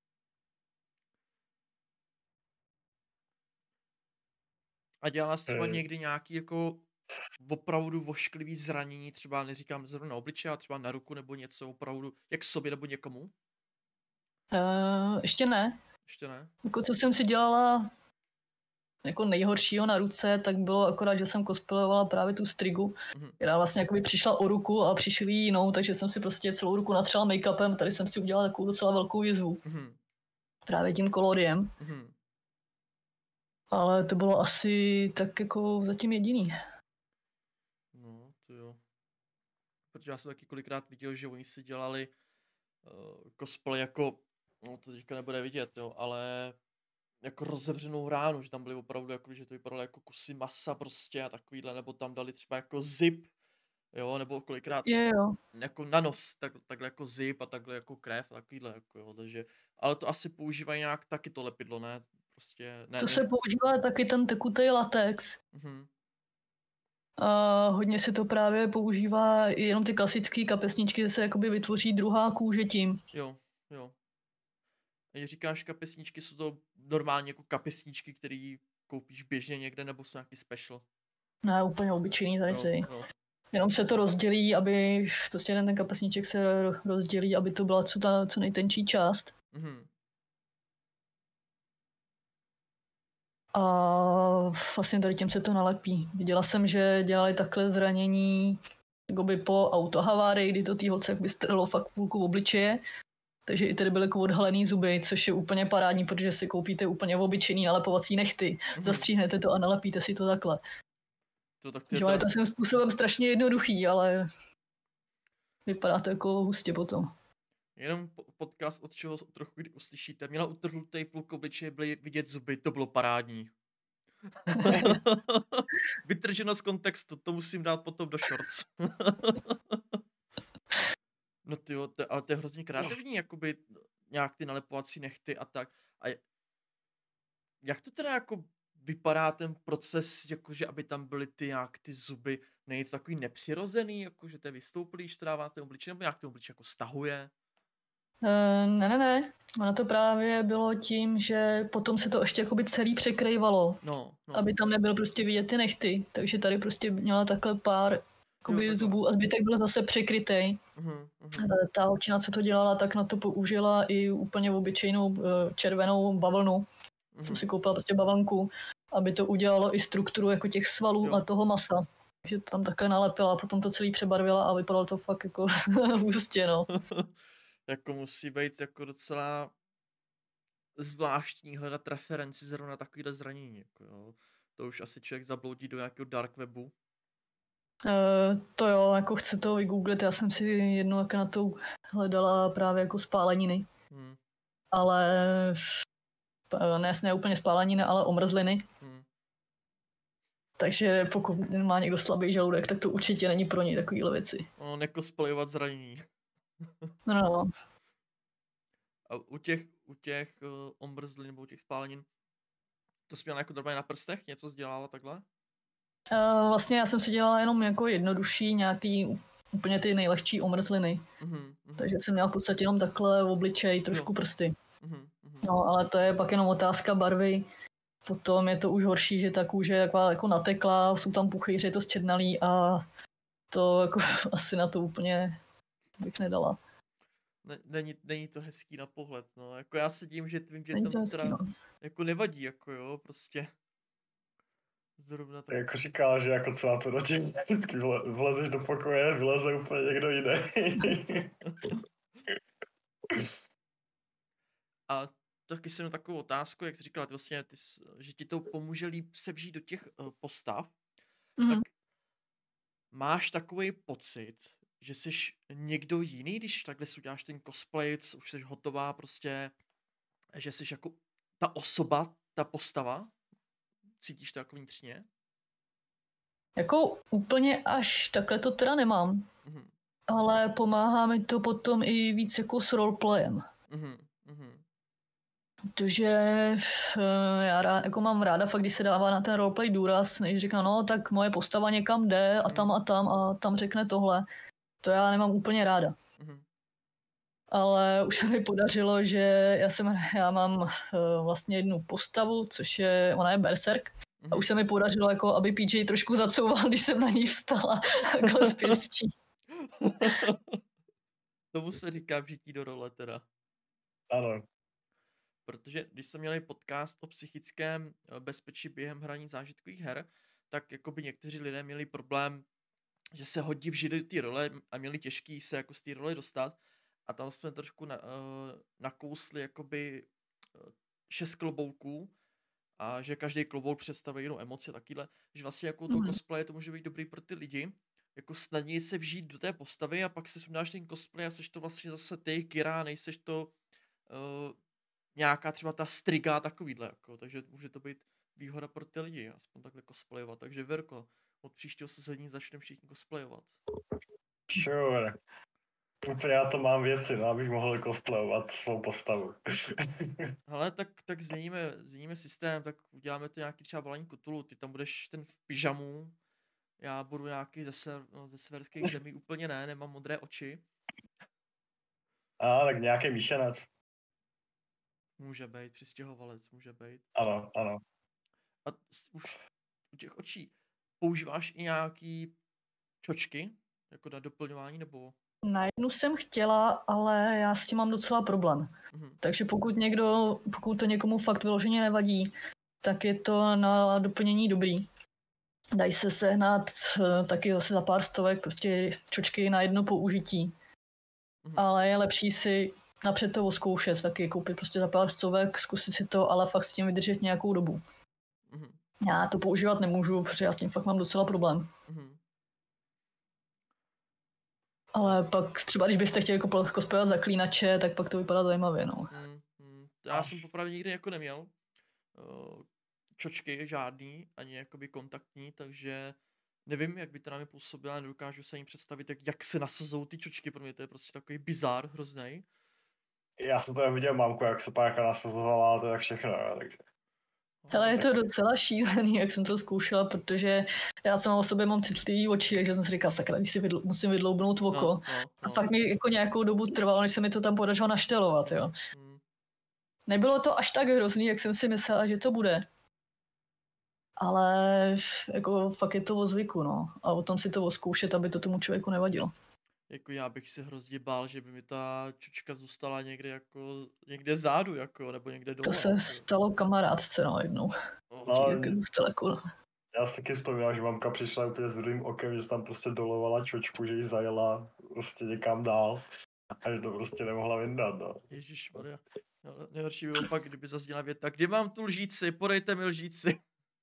A dělala jsi třeba Hej. někdy nějaký jako opravdu vošklivý zranění, třeba neříkám zrovna na obličeji, ale třeba na ruku nebo něco opravdu, jak sobě nebo někomu? Uh, ještě ne. Ještě ne? Jako co jsem si dělala jako nejhoršího na ruce, tak bylo akorát, že jsem cosplayovala právě tu strigu, Mhm. která vlastně jakoby přišla o ruku a přišli jí jinou, takže jsem si prostě celou ruku natřela make-upem, tady jsem si udělala takovou docela velkou jizvu. Mhm. Právě tím koloriem. Mhm. Ale to bylo asi tak jako zatím jediný. No, to jo. Protože já jsem taky kolikrát viděl, že oni si dělali uh, cosplay jako, no to teďka nebude vidět, jo, ale jako rozevřenou ránu, že tam byly opravdu jako, že to vypadalo jako kusy masa prostě a takovýhle, nebo tam dali třeba jako zip, jo, nebo kolikrát Jo, jo. jako na nos, tak, takhle jako zip a takhle jako krev a takovýhle, jako jo, takže, ale to asi používají nějak taky to lepidlo, ne, prostě, ne, To ne. se používá taky ten tekutý latex. Mhm. A hodně se to právě používá i jenom ty klasické kapesničky, že se jakoby vytvoří druhá kůže tím. Jo, jo. A když říkáš kapesničky, jsou to normálně jako kapesničky, které koupíš běžně někde, nebo jsou nějaký special? Ne, úplně obyčejný tady Jo, celý. jo. Jenom se to rozdělí, aby prostě ten, ten kapesníček se rozdělí, aby to byla co, ta, co nejtenčí část. Mhm. A vlastně tady těm se to nalepí. Viděla jsem, že dělali takhle zranění jakoby po autohavárii, kdy to tý holce jakoby strhlo fakt půlku obličeje. Takže i tady byly jako odhalený zuby, což je úplně parádní, protože si koupíte úplně obyčejný nalepovací nechty. Mhm. Zastříhnete to a nalepíte si to takhle. To tak to je Že on je to, to svým způsobem strašně jednoduchý, ale vypadá to jako hustě potom. jenom po- podcast, od čeho trochu kdy uslyšíte. Měla utrhnutý pluk obličeje, byly vidět zuby, to bylo parádní. Vytrženo z kontextu, to musím dát potom do shorts. No tyjo, to, ale to je hrozně kreativní, jakoby nějak ty nalepovací nechty a tak. A je- jak to teda jako vypadá ten proces, jakože aby tam byly ty nějak ty zuby, není to takový nepřirozený, jakože to je vystoupilý, když to dává ten obličej, nebo nějak ten obličej jako stahuje? Uh, ne, ne, ne. Ono to právě bylo tím, že potom se to ještě jakoby celý překrývalo, No, no. aby tam nebyl prostě vidět ty nechty. Takže tady prostě měla takhle pár jakoby, Jo, zubů a zbytek byl zase překrytej. Uh-huh, uh-huh. Ta holčina, co to dělala, tak na to použila i úplně obyčejnou uh, červenou bavlnu. Uh-huh. Jsem si koupila prostě bavlnku, aby to udělalo i strukturu jako těch svalů jo. a toho masa. Takže to tam takhle nalepila a potom to celý přebarvila a vypadalo to fakt jako hustě, no. Jako musí být jako docela zvláštní hledat referenci zrovna na takovýhle zranění. Jako jo. To už asi člověk zabloudí do nějakého dark webu. Uh, to jo, jako chce to vygooglit, já jsem si jednou jako na to hledala právě jako spáleniny. Hmm. Ale ne, ne úplně spáleniny, ale omrzliny. Hmm. Takže pokud má někdo slabý žaludek, tak to určitě není pro něj takovýhle věci. No, nekosplayovat zranění. No, no, no. A u těch, u těch uh, omrzlin nebo u těch spálenin, to jsi měla jako normálně na prstech? Něco jsi dělala takhle? Uh, vlastně já jsem si dělala jenom jako jednodušší, nějaký úplně ty nejlehčí omrzliny. Uh-huh, uh-huh. Takže jsem měla v podstatě jenom takhle v obličej, trošku jo. prsty. Uh-huh, uh-huh. No, ale to je pak jenom otázka barvy. Potom je to už horší, že ta kůže je taková jako natekla, jsou tam puchýři, je to zčernalý a to jako asi na to úplně bych nedala. Ne, není, není to hezký na pohled, no. Jako já se dím, že tvým dětem to teda no. jako nevadí, jako jo, prostě. Zrovna tak. Jako říká, že jako celá to rodina, vždycky vlezeš do pokoje, vyleze úplně někdo jiný. A taky jsem takovou otázku, jak jsi říkala, ty vlastně, ty, že ti to pomůže líp se vžít do těch uh, postav, mm-hmm. tak máš takový pocit, že jsi někdo jiný, když takhle si uděláš ten cosplay, už jsi hotová prostě, že jsi jako ta osoba, ta postava? Cítíš to jako vnitřně? Jako úplně až takhle to teda nemám. Mm-hmm. Ale pomáhá mi to potom i víc jako s roleplayem. Mm-hmm. Protože já rád, jako mám ráda fakt, když se dává na ten roleplay důraz, než říká, no tak moje postava někam jde a tam a tam a tam řekne tohle. To já nemám úplně ráda. Mm-hmm. Ale už se mi podařilo, že já, jsem, já mám uh, vlastně jednu postavu, což je, ona je berserk. Mm-hmm. A už se mi podařilo, jako, aby P J trošku zacouval, když jsem na ní vstala takhle z pěstí. Tomu se říká vžití do role teda. Ano. Protože když jsme měli podcast o psychickém bezpečí během hraní zážitkových her, tak jakoby někteří lidé měli problém, že se hodí vždy do té role a měli těžký se jako z té role dostat. A tam jsme trošku na, uh, nakousli jakoby uh, šest klobouků a že každý klobouk představuje jinou emoci takovýhle, že vlastně jako mm-hmm. to cosplay to může být dobrý pro ty lidi, jako snadněji se vžít do té postavy a pak si sundáš ten cosplay a seš to vlastně zase ty, Kira, nejseš to uh, nějaká třeba ta striga takovýhle, jako, takže může to být výhoda pro ty lidi, aspoň takhle cosplayovat, takže Verko, od příštího sezení začneme všichni cosplayovat. Sure. Úplně já to mám věci, no, abych mohl cosplayovat svou postavu. Hele, tak, tak změníme, změníme systém, tak uděláme to nějaký třeba volání Cthulhu, ty tam budeš ten v pyžamu, já budu nějaký ze, ser, no, ze severských zemí, úplně ne, nemám modré oči. A tak nějaký míšenec. Může být, přistěhovalec, může být. Ano, ano. A už u těch očí používáš i nějaký čočky, jako na doplňování, nebo... Na jednu jsem chtěla, ale já s tím mám docela problém. Mm-hmm. Takže pokud někdo, pokud to někomu fakt vyloženě nevadí, tak je to na doplnění dobrý. Dají se sehnat taky zase za pár stovek prostě čočky na jedno použití. Mm-hmm. Ale je lepší si napřed to oskoušet, taky koupit prostě za pár stovek, zkusit si to, ale fakt s tím vydržet nějakou dobu. Mm-hmm. Já to používat nemůžu, protože já s tím fakt mám docela problém. Mm-hmm. Ale pak třeba, když byste chtěli cosplayovat zaklínače, tak pak to vypadá zajímavě, no. Mm, mm. Já jsem popravdě nikdy jako neměl uh, čočky žádný, ani jakoby kontaktní, takže nevím, jak by to na mě působilo, nedokážu se jim představit, jak, jak se nasazou ty čočky, pro mě to je prostě takový bizár hroznej. Já jsem to viděl mamku, jak se párka nasazovala, to je všechno, jo, takže... Hele, je to docela šílený, jak jsem to zkoušela, protože já sama o sobě mám citlivý oči, takže jsem si říkala, sakra, když si vydl, musím vydloubnout oko. No, no, A no. fakt mi jako nějakou dobu trvalo, než se mi to tam podařilo naštelovat, jo. Hmm. Nebylo to až tak hrozný, jak jsem si myslela, že to bude. Ale jako fakt je to o zvyku, no. A o tom si to oskoušet, aby to tomu člověku nevadilo. Jako já bych se hrozně bál, že by mi ta čočka zůstala někde jako, někde zádu, jako, nebo někde dole. To se jako. stalo kamarádce, no, jednou. No, Jak zůstal jako... já si taky vzpomínám, že mamka přišla úplně s druhým okem, že se tam prostě dolovala čočku, že ji zajela prostě někam dál a že to prostě nemohla vyndat, no. Ježišmarja. No, nejhorší by opak, kdyby zazněla věta, kde mám tu lžíci, podejte mi lžíci.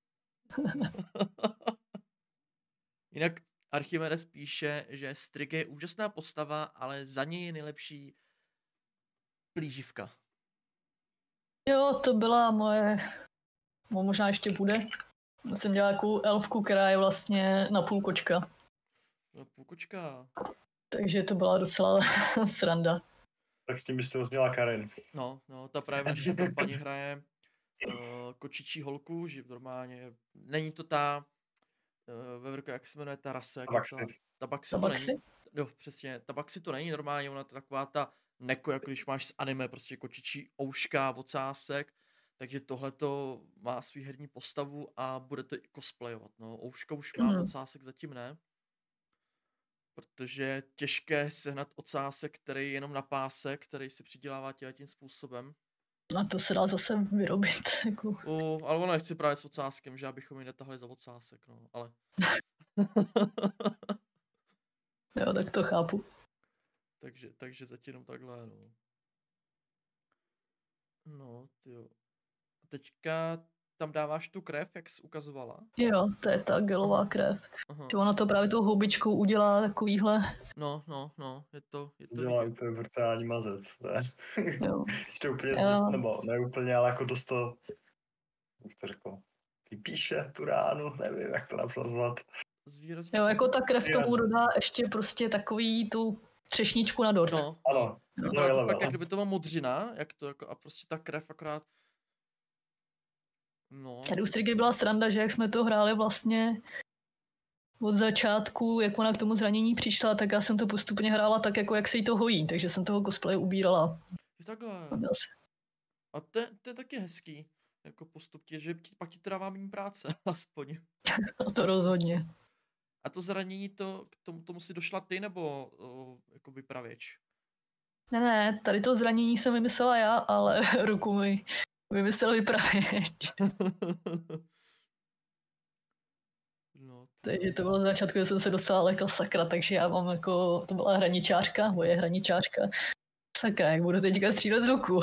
Jinak Archimedes píše, že Strig je úžasná postava, ale za něj je nejlepší plíživka. Jo, to byla moje... No, možná ještě bude. Já jsem dělala takovou elfku, která je vlastně napůl kočka. No, půlkočka. Takže to byla docela sranda. Tak s tím byste měla Karin. No, no, ta právě v naší kampani hraje uh, kočičí holku, že normálně, není to ta, uh, ve Verku, jak se jmenuje ta rasa, jak je celá, Tabaxi to Tabaxi? není, jo, přesně, Tabaxi to není normálně, ona to taková ta neko, jako když máš z anime, prostě kočičí ouška, ocásek, takže tohleto má svý herní postavu a bude to i cosplayovat, no, ouška už má, Mhm. ocásek zatím ne, protože je těžké sehnat ocásek, který je jenom na pásek, který si přidělává tím způsobem. A to se dá zase vyrobit. Jako. Uh, ale ona nechci právě s ocáskem, že abychom ji netahli za ocásek, no, ale... Jo, tak to chápu. takže, takže zatím jenom takhle, no. No, tyjo. A teďka tam dáváš tu krev, jak jsi ukazovala? Jo, to je ta gelová krev. Aha. Že ona to právě tou houbičkou udělá takovýhle. No, no, no, je to, je to Dělá vidět. úplně brutální mazec. Ne? Jo. Ještě úplně, Jo. nebo ne úplně, ale jako dost to, jak to řekl, vypíše tu ránu, nevím, jak to nazvat. Zvýrazně. Jo, jako ta krev tomu dodá ještě prostě takový tu třešničku na dort. No, Ano. no. No, To no, tak, no. jak kdyby to byla modřina, jak to jako, a prostě ta krev akorát... No. Tady u Strigy byla sranda, že jak jsme to hráli vlastně od začátku, jak ona k tomu zranění přišla, tak já jsem to postupně hrála tak, jako jak se jí to hojí, takže jsem toho cosplaye ubírala. Je takhle. Zase. A to, to je taky hezký, jako postupně, že ti, pak ti to dává méně práce, aspoň. A to rozhodně. A to zranění, to, k tomu, tomu si došla ty, nebo o, jako vypravěč? Ne, ne, tady to zranění jsem vymyslela já, ale ruku mi vymyslel vypravěč. no, to... Takže to bylo z začátku, že jsem se dostala lekla sakra, takže já mám jako, to byla hraničářka, moje hraničářka. Sakra, jak budu teďka střílet z ruku.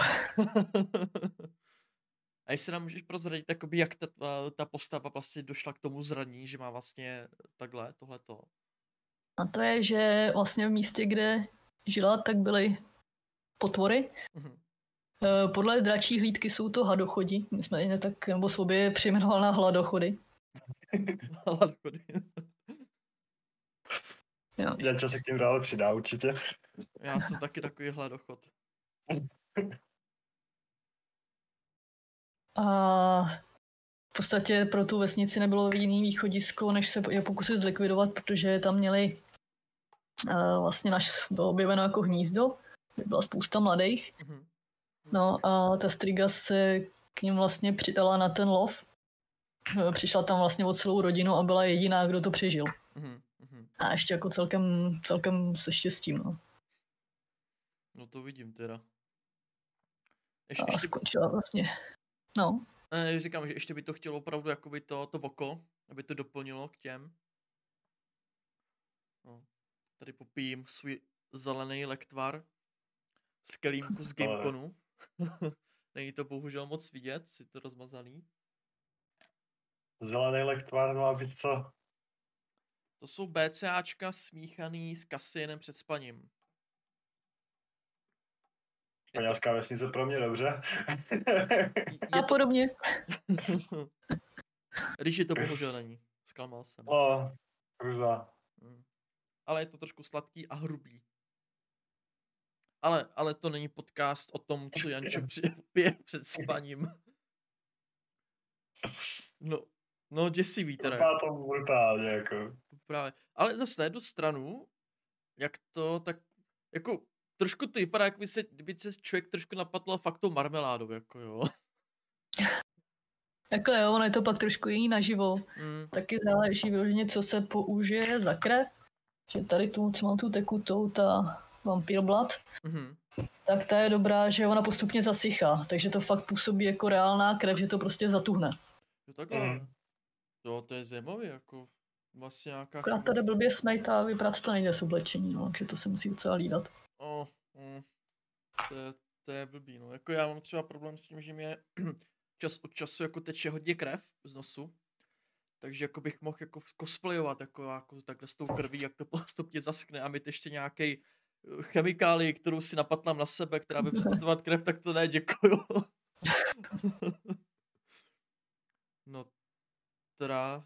A jestli nám můžeš prozradit, jakoby, jak ta, ta postava vlastně došla k tomu zranění, že má vlastně takhle, tohleto. A to je, že vlastně v místě, kde žila, tak byly potvory. Mhm. Podle dračí hlídky jsou to hadochodi. My jsme je tak, nebo sobě přejmenoval na hladochody. Hladochody. Jo. Janča se k tím dále přidá určitě. Já jsem taky takový hladochod. A v podstatě pro tu vesnici nebylo jiný východisko, než se je pokusit zlikvidovat, protože tam měli uh, vlastně naš, bylo objeveno jako hnízdo, kde byla spousta mladých. Mhm. No a ta Striga se k ním vlastně přidala na ten lov. Přišla tam vlastně o celou rodinu a byla jediná, kdo to přežil. Mhm. Mhm. A ještě jako celkem, celkem se štěstím, no. No to vidím teda. Ješ, A ještě, skončila vlastně, no. ne, říkám, že ještě by to chtělo opravdu jakoby to, to oko, aby to doplnilo k těm. No. Tady popijím svůj zelený lektvar z kelímku z Gameconu. Není to bohužel moc vidět, si to rozmazaný. Zelený lektvar má být co? To jsou BCAčka smíchaný s kaseinem před spaním. Španělská vesnice pro mě dobře. A podobně. Když je to bohužel není. Zklamal jsem. No, hruza. Hmm. Ale je to trošku sladký a hrubý. Ale, ale to není podcast o tom, co Jančo pije před spaním. No, no děsivý teda. Vypadá to brutálně, jako. Právě. Ale zase na jednu stranu, jak to, tak jako trošku to vypadá, jak by se, kdyby se člověk trošku napadl fakt tou marmeládou, jako jo. Takhle jo, ono je to pak trošku jiný naživo. Mm. Taky záleží vyloženě, co se použije za krev. Že tady tu, co mám tu tekutou, ta Vampire Blood, Mm-hmm. tak ta je dobrá, že ona postupně zasychá. Takže to fakt působí jako reálná krev, že to prostě zatuhne. Jo, takhle. Mm. Jo, to je zajímavý, jako vlastně nějaká... Akorát tady blbě smejt a vypadat to nejde s oblečení, no, takže to se musí docela lídat. Oh, mm. to, je, to je blbý, no. Jako já mám třeba problém s tím, že mě čas od času jako teče hodně krev z nosu. Takže jako bych mohl jako cosplayovat jako, jako takhle s tou krví, jak to postupně zaskne a mít ještě nějaký chemikálii, kterou si napatlám na sebe, která by představovat krev, tak to ne, děkuju. No, teda...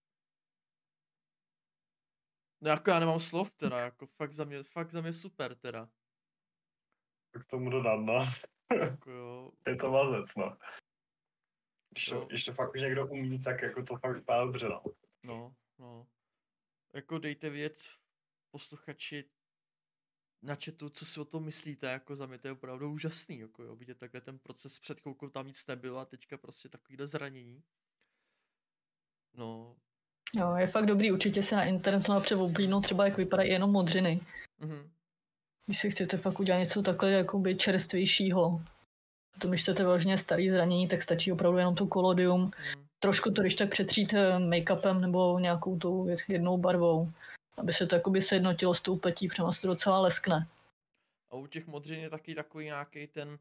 No jako já nemám slov teda, jako fakt za mě, fakt za mě super teda. K tomu dodat, no. Jako jo. Je to mazec, no. Když Jo. to, když to fakt už někdo umí, tak jako to fakt vypadá dobře, no. No, no. Jako dejte vědět posluchači na chatu, co si o tom myslíte, jako za mě to je opravdu úžasný, jako jo, vidět takhle ten proces před chvilkou tam nic nebylo a teďka prostě takovýhle zranění. No. Jo, je fakt dobrý určitě se na internetu napřed oblídnout třeba, jak vypadají jenom modřiny. Mhm. Když si chcete fakt udělat něco takhle jakoby čerstvějšího. Potom, když chcete vážně starý zranění, tak stačí opravdu jenom to kolodium. Mhm. Trošku to, když tak přetřít make-upem nebo nějakou tou jednou barvou. Aby se to jakoby sjednotilo s tou petí, protože to docela leskne. A u těch modřin je taky takový nějaký ten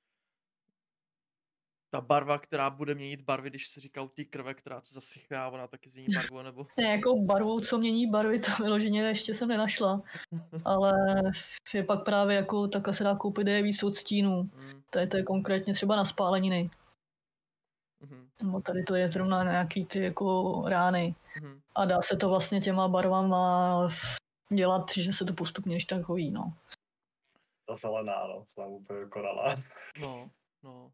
ta barva, která bude měnit barvy, když se říká u té krve, která to zasychá, ona taky změní barvu, nebo... Ne, jako barvou, co mění barvy, to vyloženě ještě jsem nenašla. Ale je pak právě jako takhle se dá koupit je víc odstínů. Mm. Tady to je konkrétně třeba na spáleniny. Mm. Nebo tady to je zrovna nějaký ty jako rány. Mm. A dá se to vlastně těma barvama dělat, že se to postupně ještě tak hojí, no. Ta zelená, no, jsem úplně vykonala. No, no.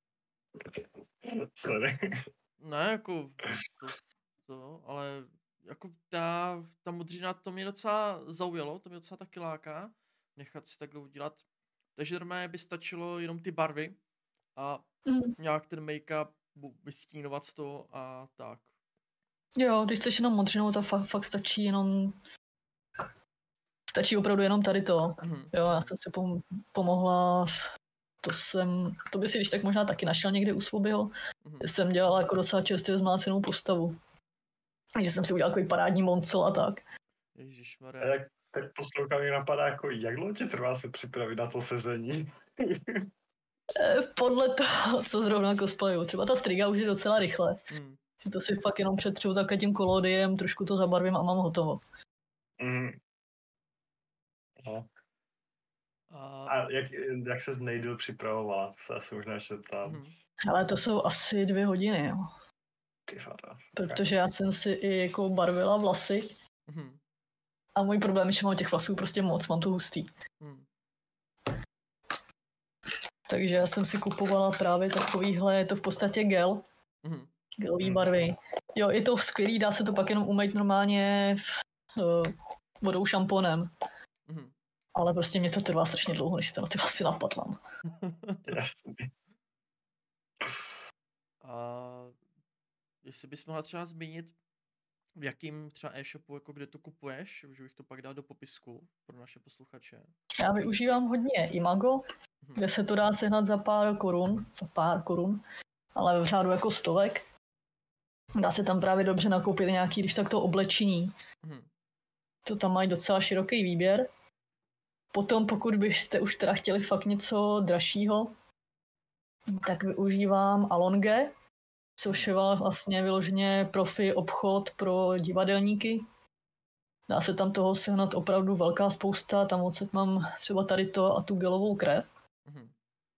Sorry. Ne, jako to, to, ale jako ta, ta modřina, to mě docela zaujalo, to mě docela taky láká, nechat si takhle udělat. Takže normálně by stačilo jenom ty barvy a Mm. nějak ten make-up vystínovat to a tak. Jo, když chceš jenom modřinou, to fakt, fakt stačí jenom... Stačí opravdu jenom tady to. Mhm. Jo, já jsem si pom- pomohla... To jsem... To by si když tak možná taky našel někde u Svobyho. Mhm. Jsem dělala jako docela čerstvě zmlácenou postavu. Takže jsem si udělala takový parádní moncel a tak. A Ježišmarja. jak tak poslouchám, mě napadá, jako jak dlouho ti trvá se připravit na to sezení? E, podle toho, co zrovna cosplayu. Třeba ta striga už je docela rychle. Mm. Že to si fakt jenom přetřu takhle tím kolodiem, trošku to zabarvím a mám hotovo. Mm. No. A... A jak, jak se nejdýl připravovala? To se asi možná ještě tam. Mhm. Ale to jsou asi dvě hodiny, jo. Ty fata. Protože já jsem si i jako barvila vlasy. Mhm. A můj problém je, že mám těch vlasů prostě moc, mám to hustý. Mhm. Takže já jsem si kupovala právě takovýhle, je to v podstatě gel, Mhm. gelový Mhm. barvy. Jo, je to skvělý, dá se to pak jenom umýt normálně v, uh, vodou, šamponem. Mhm. Ale prostě mě to trvá strašně dlouho, než to na ty vlasy napatlám. Jasný. A jestli bys mohla třeba zmínit, v jakým třeba e-shopu, jako kde to kupuješ, že bych to pak dal do popisku pro naše posluchače. Já využívám hodně Imago, Mhm. kde se to dá sehnat za pár korun, za pár korun, ale v řádu jako stovek. Dá se tam právě dobře nakoupit nějaký, když tak to oblečení. Mhm. To tam mají docela široký výběr. Potom, pokud byste už teda chtěli fakt něco dražšího, tak využívám Alonge, což je vlastně vyloženě profi obchod pro divadelníky. Dá se tam toho sehnat opravdu velká spousta, tam odsaď mám třeba tady to a tu gelovou krev. Mhm.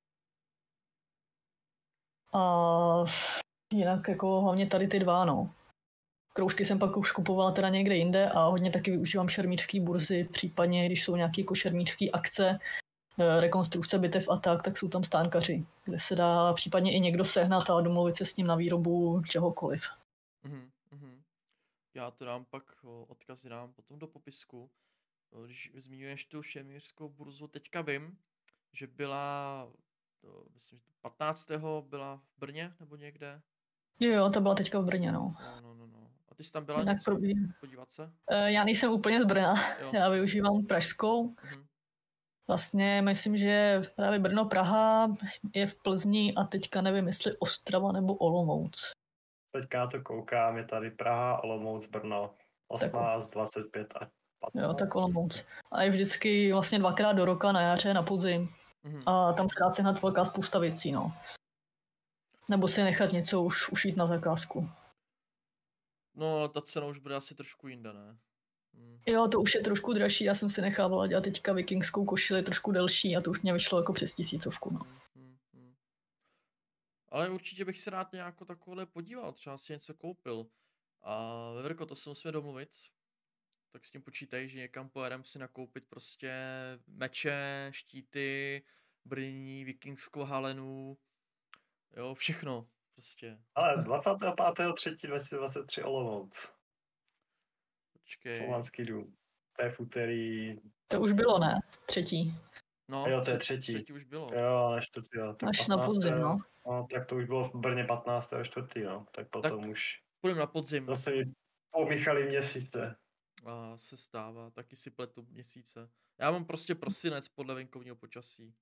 A jinak jako hlavně tady ty dva, no. Kroužky jsem pak už kupovala teda někde jinde a hodně taky využívám šermířský burzy, případně když jsou nějaké jako šermířský akce, rekonstrukce bitev a tak, tak jsou tam stánkaři, kde se dá případně i někdo sehnat a domluvit se s ním na výrobu čehokoliv. Mhm, mhm. Já to dám pak, o, odkaz dám potom do popisku. O, Když zmiňuješ tu šemířskou burzu, teďka vím, že byla, to, myslím, že patnáctého byla v Brně nebo někde. Jo, jo, to byla teďka v Brně, no. No, no, no, no. A ty jsi tam byla Jinak něco probíhá. podívat se? E, Já nejsem úplně z Brna, Jo. já využívám pražskou. Mhm. Vlastně myslím, že právě Brno, Praha je v Plzni a teďka nevím, jestli Ostrava nebo Olomouc. Teďka na to koukám, je tady Praha, Olomouc, Brno, osmnáct, dvacet pět a patnáct. Jo, tak Olomouc. A je vždycky vlastně dvakrát do roka, na jaře, na podzim. Mhm. A tam se dá sehnat velká spousta věcí, no. Nebo si nechat něco už ušít na zakázku. No, ale ta cena už bude asi trošku jinde, ne? Mhm. Jo, to už je trošku dražší, já jsem si nechávala dělat teďka vikingskou košili trošku delší a to už mě vyšlo jako přes tisícovku, no. Mhm, mhm. Ale určitě bych se rád nějako takovhle podíval, třeba si něco koupil. A Veverko, to se musíme domluvit. Tak s tím počítej, že někam pojedem si nakoupit prostě meče, štíty, brnění, vikingskou halenu, jo, všechno prostě. Ale dvacátého pátého třetího dva tisíce dvacet tři Olomouc, Počkej. Slovanský dům. To je v úterý, To už bylo, ne? Třetí. No, jo, to je tře- třetí. třetí už bylo. Jo, na čtvrtý, jo. Tak Až na podzim, no. no. Tak to už bylo v Brně patnáctého čtvrtý, no. Tak potom Tak- už Půjdeme na podzim. zase mi pomíchali měsíce. A se stává, taky si pletu měsíce. Já mám prostě prosinec podle venkovního počasí.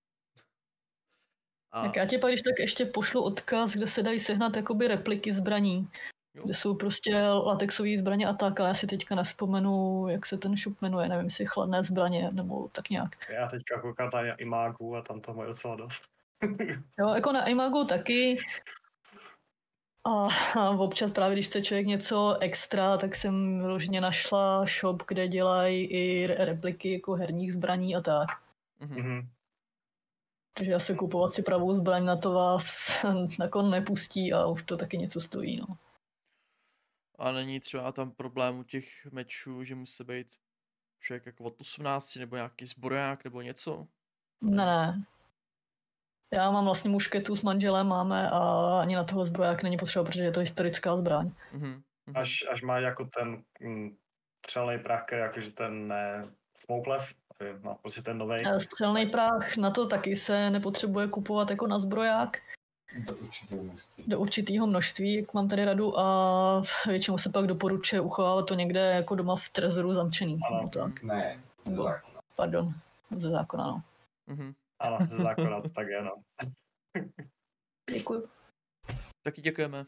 A Tak já ti pak když tak ještě pošlu odkaz, kde se dají sehnat jakoby repliky zbraní. jo, Kde jsou prostě latexové zbraně a tak, ale já si teďka nevzpomenu, jak se ten shop jmenuje, nevím, jestli chladné zbraně nebo tak nějak. Já teďka koukám tady na Imagu a tam toho mají docela dost. Jo, jako na Imagu taky. A, a občas právě, když chce člověk něco extra, tak jsem vyloženě našla shop, kde dělají i re- repliky jako herních zbraní a tak. mhm. Mhm. Takže asi kupovat si pravou zbraň na to vás nakon nepustí a už to taky něco stojí, no. A není třeba tam problém u těch mečů, že musí být člověk jako od osmnácti nebo nějaký zbroják nebo něco? Ne, ne. Já mám vlastně mušketu s manželem, máme a ani na tohle zbroják není potřeba, protože je to historická zbraň. Mhm, mhm. Až, až má jako ten mm, střelný prach, který jakože ten ne, smokeless, nevím, má prostě ten novej. A střelný prach na to taky se nepotřebuje kupovat jako na zbroják Do určitého množství. do určitého množství, jak mám tady radu, a většinou se pak doporučuje uchovávat to někde jako doma v trezoru zamčený. Ano. No tak, Ne, ze Nebo- zákona. pardon, ze zákona, no. Mhm. Ano, ze zákona to tak je, no. Děkuji. Taky děkujeme.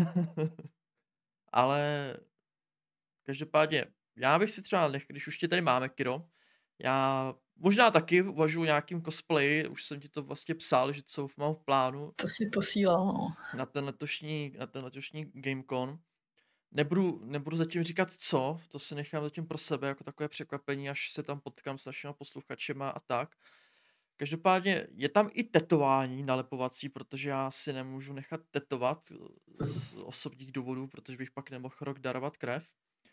Ale každopádně, já bych si třeba, nech, když už tě tady máme, Kiro, já možná taky uvažuji nějakým cosplayi, už jsem ti to vlastně psal, že co mám v plánu To si posílal, no. na ten letošní, na ten letošní GameCon. Nebudu, nebudu zatím říkat co, to si nechám zatím pro sebe jako takové překvapení, až se tam potkám s našimi posluchačema a tak. Každopádně je tam i tetování nalepovací, protože já si nemůžu nechat tetovat z osobních důvodů, protože bych pak nemohl rok darovat krev.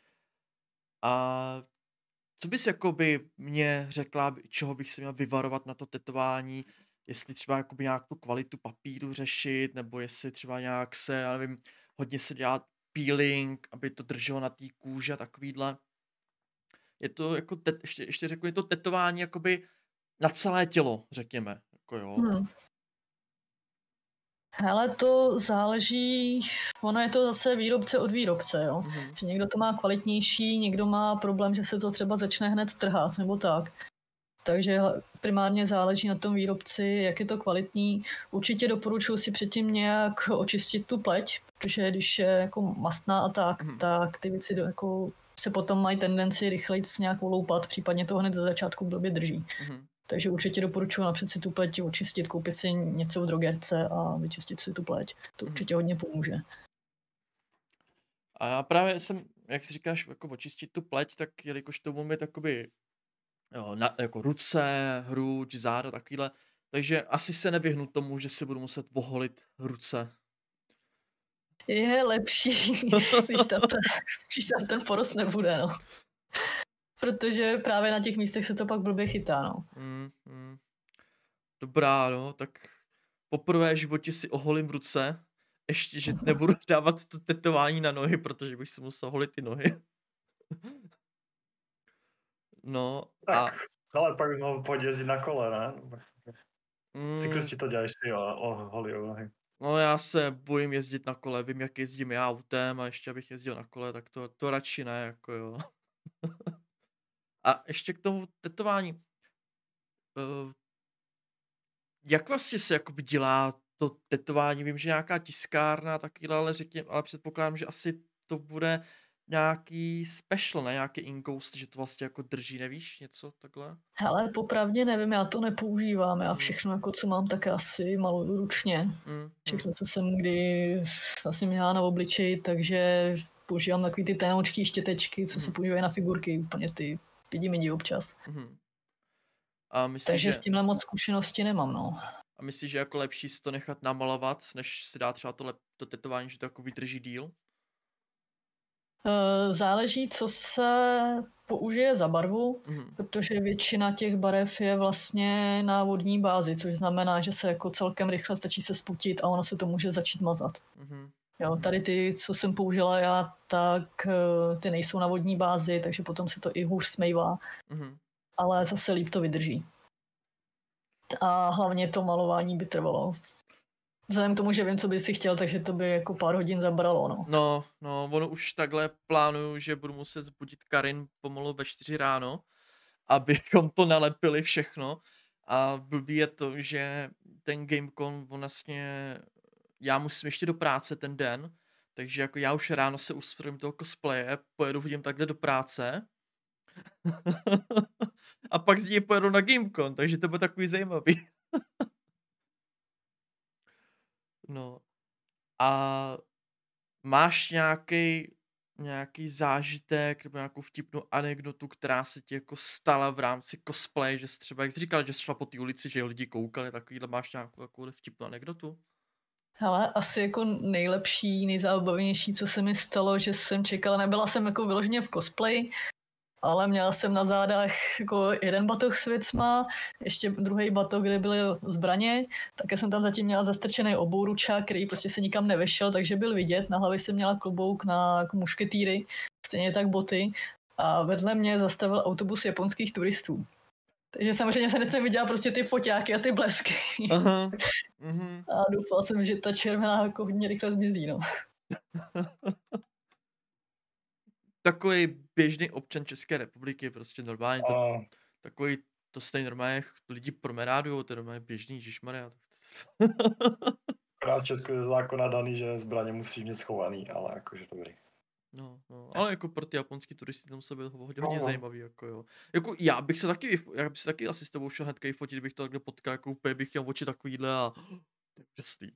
A co bys jakoby mě řekla, čeho bych se měl vyvarovat na to tetování, jestli třeba jakoby nějak tu kvalitu papíru řešit, nebo jestli třeba nějak se, já nevím, hodně se dělat peeling, aby to drželo na té kůži a takovýhle. Je to jako, te- ještě, ještě řeknu, je to tetování jakoby na celé tělo, řekněme. Jako jo. Hmm. Hele, to záleží, ono je to zase výrobce od výrobce, jo. Mhm. Že někdo to má kvalitnější, někdo má problém, že se to třeba začne hned trhat, nebo tak. Takže primárně záleží na tom výrobci, jak je to kvalitní. Určitě doporučuji si předtím nějak očistit tu pleť, protože když je jako mastná a tak, Mhm. tak ty věci do, jako se potom mají tendenci rychleji nějak oloupat, případně to hned ze začátku blbě drží. Mhm. Takže určitě doporučuji napřed si tu pleť očistit, koupit si něco v drogerce a vyčistit si tu pleť. To Mhm. určitě hodně pomůže. A já právě jsem, jak si říkáš, jako očistit tu pleť, tak jelikož to může být jakoby, jo, na, jako ruce, hruď, záda, takovýhle, takže asi se nevyhnu tomu, že si budu muset oholit ruce. Je lepší, když tam ten, když tam ten porost nebude, no. Protože právě na těch místech se to pak blbě chytá, no. Mm, mm. Dobrá, no, tak poprvé v životě si oholím ruce, ještě, že nebudu dávat to tetování na nohy, protože bych si musel holit ty nohy. No Tak, a... ale pak bych mohl pojď jezdit na kole, ne? Mm, Cyklisti to dělají si, jo, o, holí o nohy. no já se bojím jezdit na kole, vím, jak jezdím já autem a ještě abych jezdil na kole, tak to, to radši ne, jako jo. A ještě k tomu tetování. Uh, jak vlastně se jakoby dělá to tetování? Vím, že nějaká tiskárna takovýhle, ale řekněme, ale předpokládám, že asi to bude nějaký special, ne? Nějaký inghoust, že to vlastně jako drží, nevíš, něco takhle? Hele, popravdě nevím, já to nepoužívám, já všechno, jako co mám, tak asi maluju ručně. Mm, Všechno, co jsem kdy vlastně měla na obličeji, takže používám takový ty tenoučký štětečky, co se používají na figurky, úplně ty pidi občas. mm. A myslíš, Takže že... s tímhle moc zkušenosti nemám, no. A myslíš, že jako lepší si to nechat namalovat, než si dát třeba to, lep, to tetování, že to jako vydrží díl? Záleží, co se použije za barvu, Mhm. protože většina těch barev je vlastně na vodní bázi, což znamená, že se jako celkem rychle stačí se sputit a ono se to může začít mazat. Mhm. Jo, tady ty, co jsem použila já, tak eh, ty nejsou na vodní bázi, takže potom se to i hůř smejvá, Mhm. ale zase líp to vydrží. A hlavně to malování by trvalo. Vzhledem k tomu, že vím, co by si chtěl, takže to by jako pár hodin zabralo, no. No, no, ono už takhle plánuju, že budu muset zbudit Karin pomalu ve čtyři ráno, abychom to nalepili všechno. A blbý je to, že ten Gamecon, on vlastně, já musím ještě do práce ten den, takže jako já už ráno se ustrojím toho cosplaye, pojedu vidím takhle do práce a pak z něj pojedu na Gamecon, takže to bude takový zajímavý. No a máš nějaký nějaký zážitek nebo nějakou vtipnou anekdotu, která se ti jako stala v rámci cosplay, že jsi třeba, jak jsi říkal, že jsi šla po té ulici, že lidi koukali, takovýhle máš nějakou takovou vtipnou anekdotu? Hele, asi jako nejlepší, nejzábavnější, co se mi stalo, že jsem čekala, nebyla jsem jako vyloženě v cosplay, ale měla jsem na zádech jako jeden batoh s věcma, ještě druhý batoh, kde byly zbraně, také jsem tam zatím měla zastrčený obouručák, který prostě se nikam nevešel, takže byl vidět. Na hlavě jsem měla klobouk na jako mušketýry, stejně tak boty a vedle mě zastavil autobus japonských turistů. Takže samozřejmě jsem hned viděla prostě ty foťáky a ty blesky. Aha. Mhm. A doufala jsem, že ta červená jako hodně rychle zmizí, no. Takový běžný občan České republiky, prostě normálně, to, A takový, to stejně normálně lidi promenádujou, to je normálně běžný, ježišmarja. akorát v Česku je zákona daný, že zbraně musí mít schovaný, ale jakože dobrý. No, no, ale jako pro ty japonský turisty to musí být hodně, hodně No. zajímavý, jako jo. Jako já bych se taky, vyf- já bych se taky asi s tebou šel hnedka vyfotit, kdybych to takhle potkal, jako úplně bych měl oči takovýhle a to je úžasný.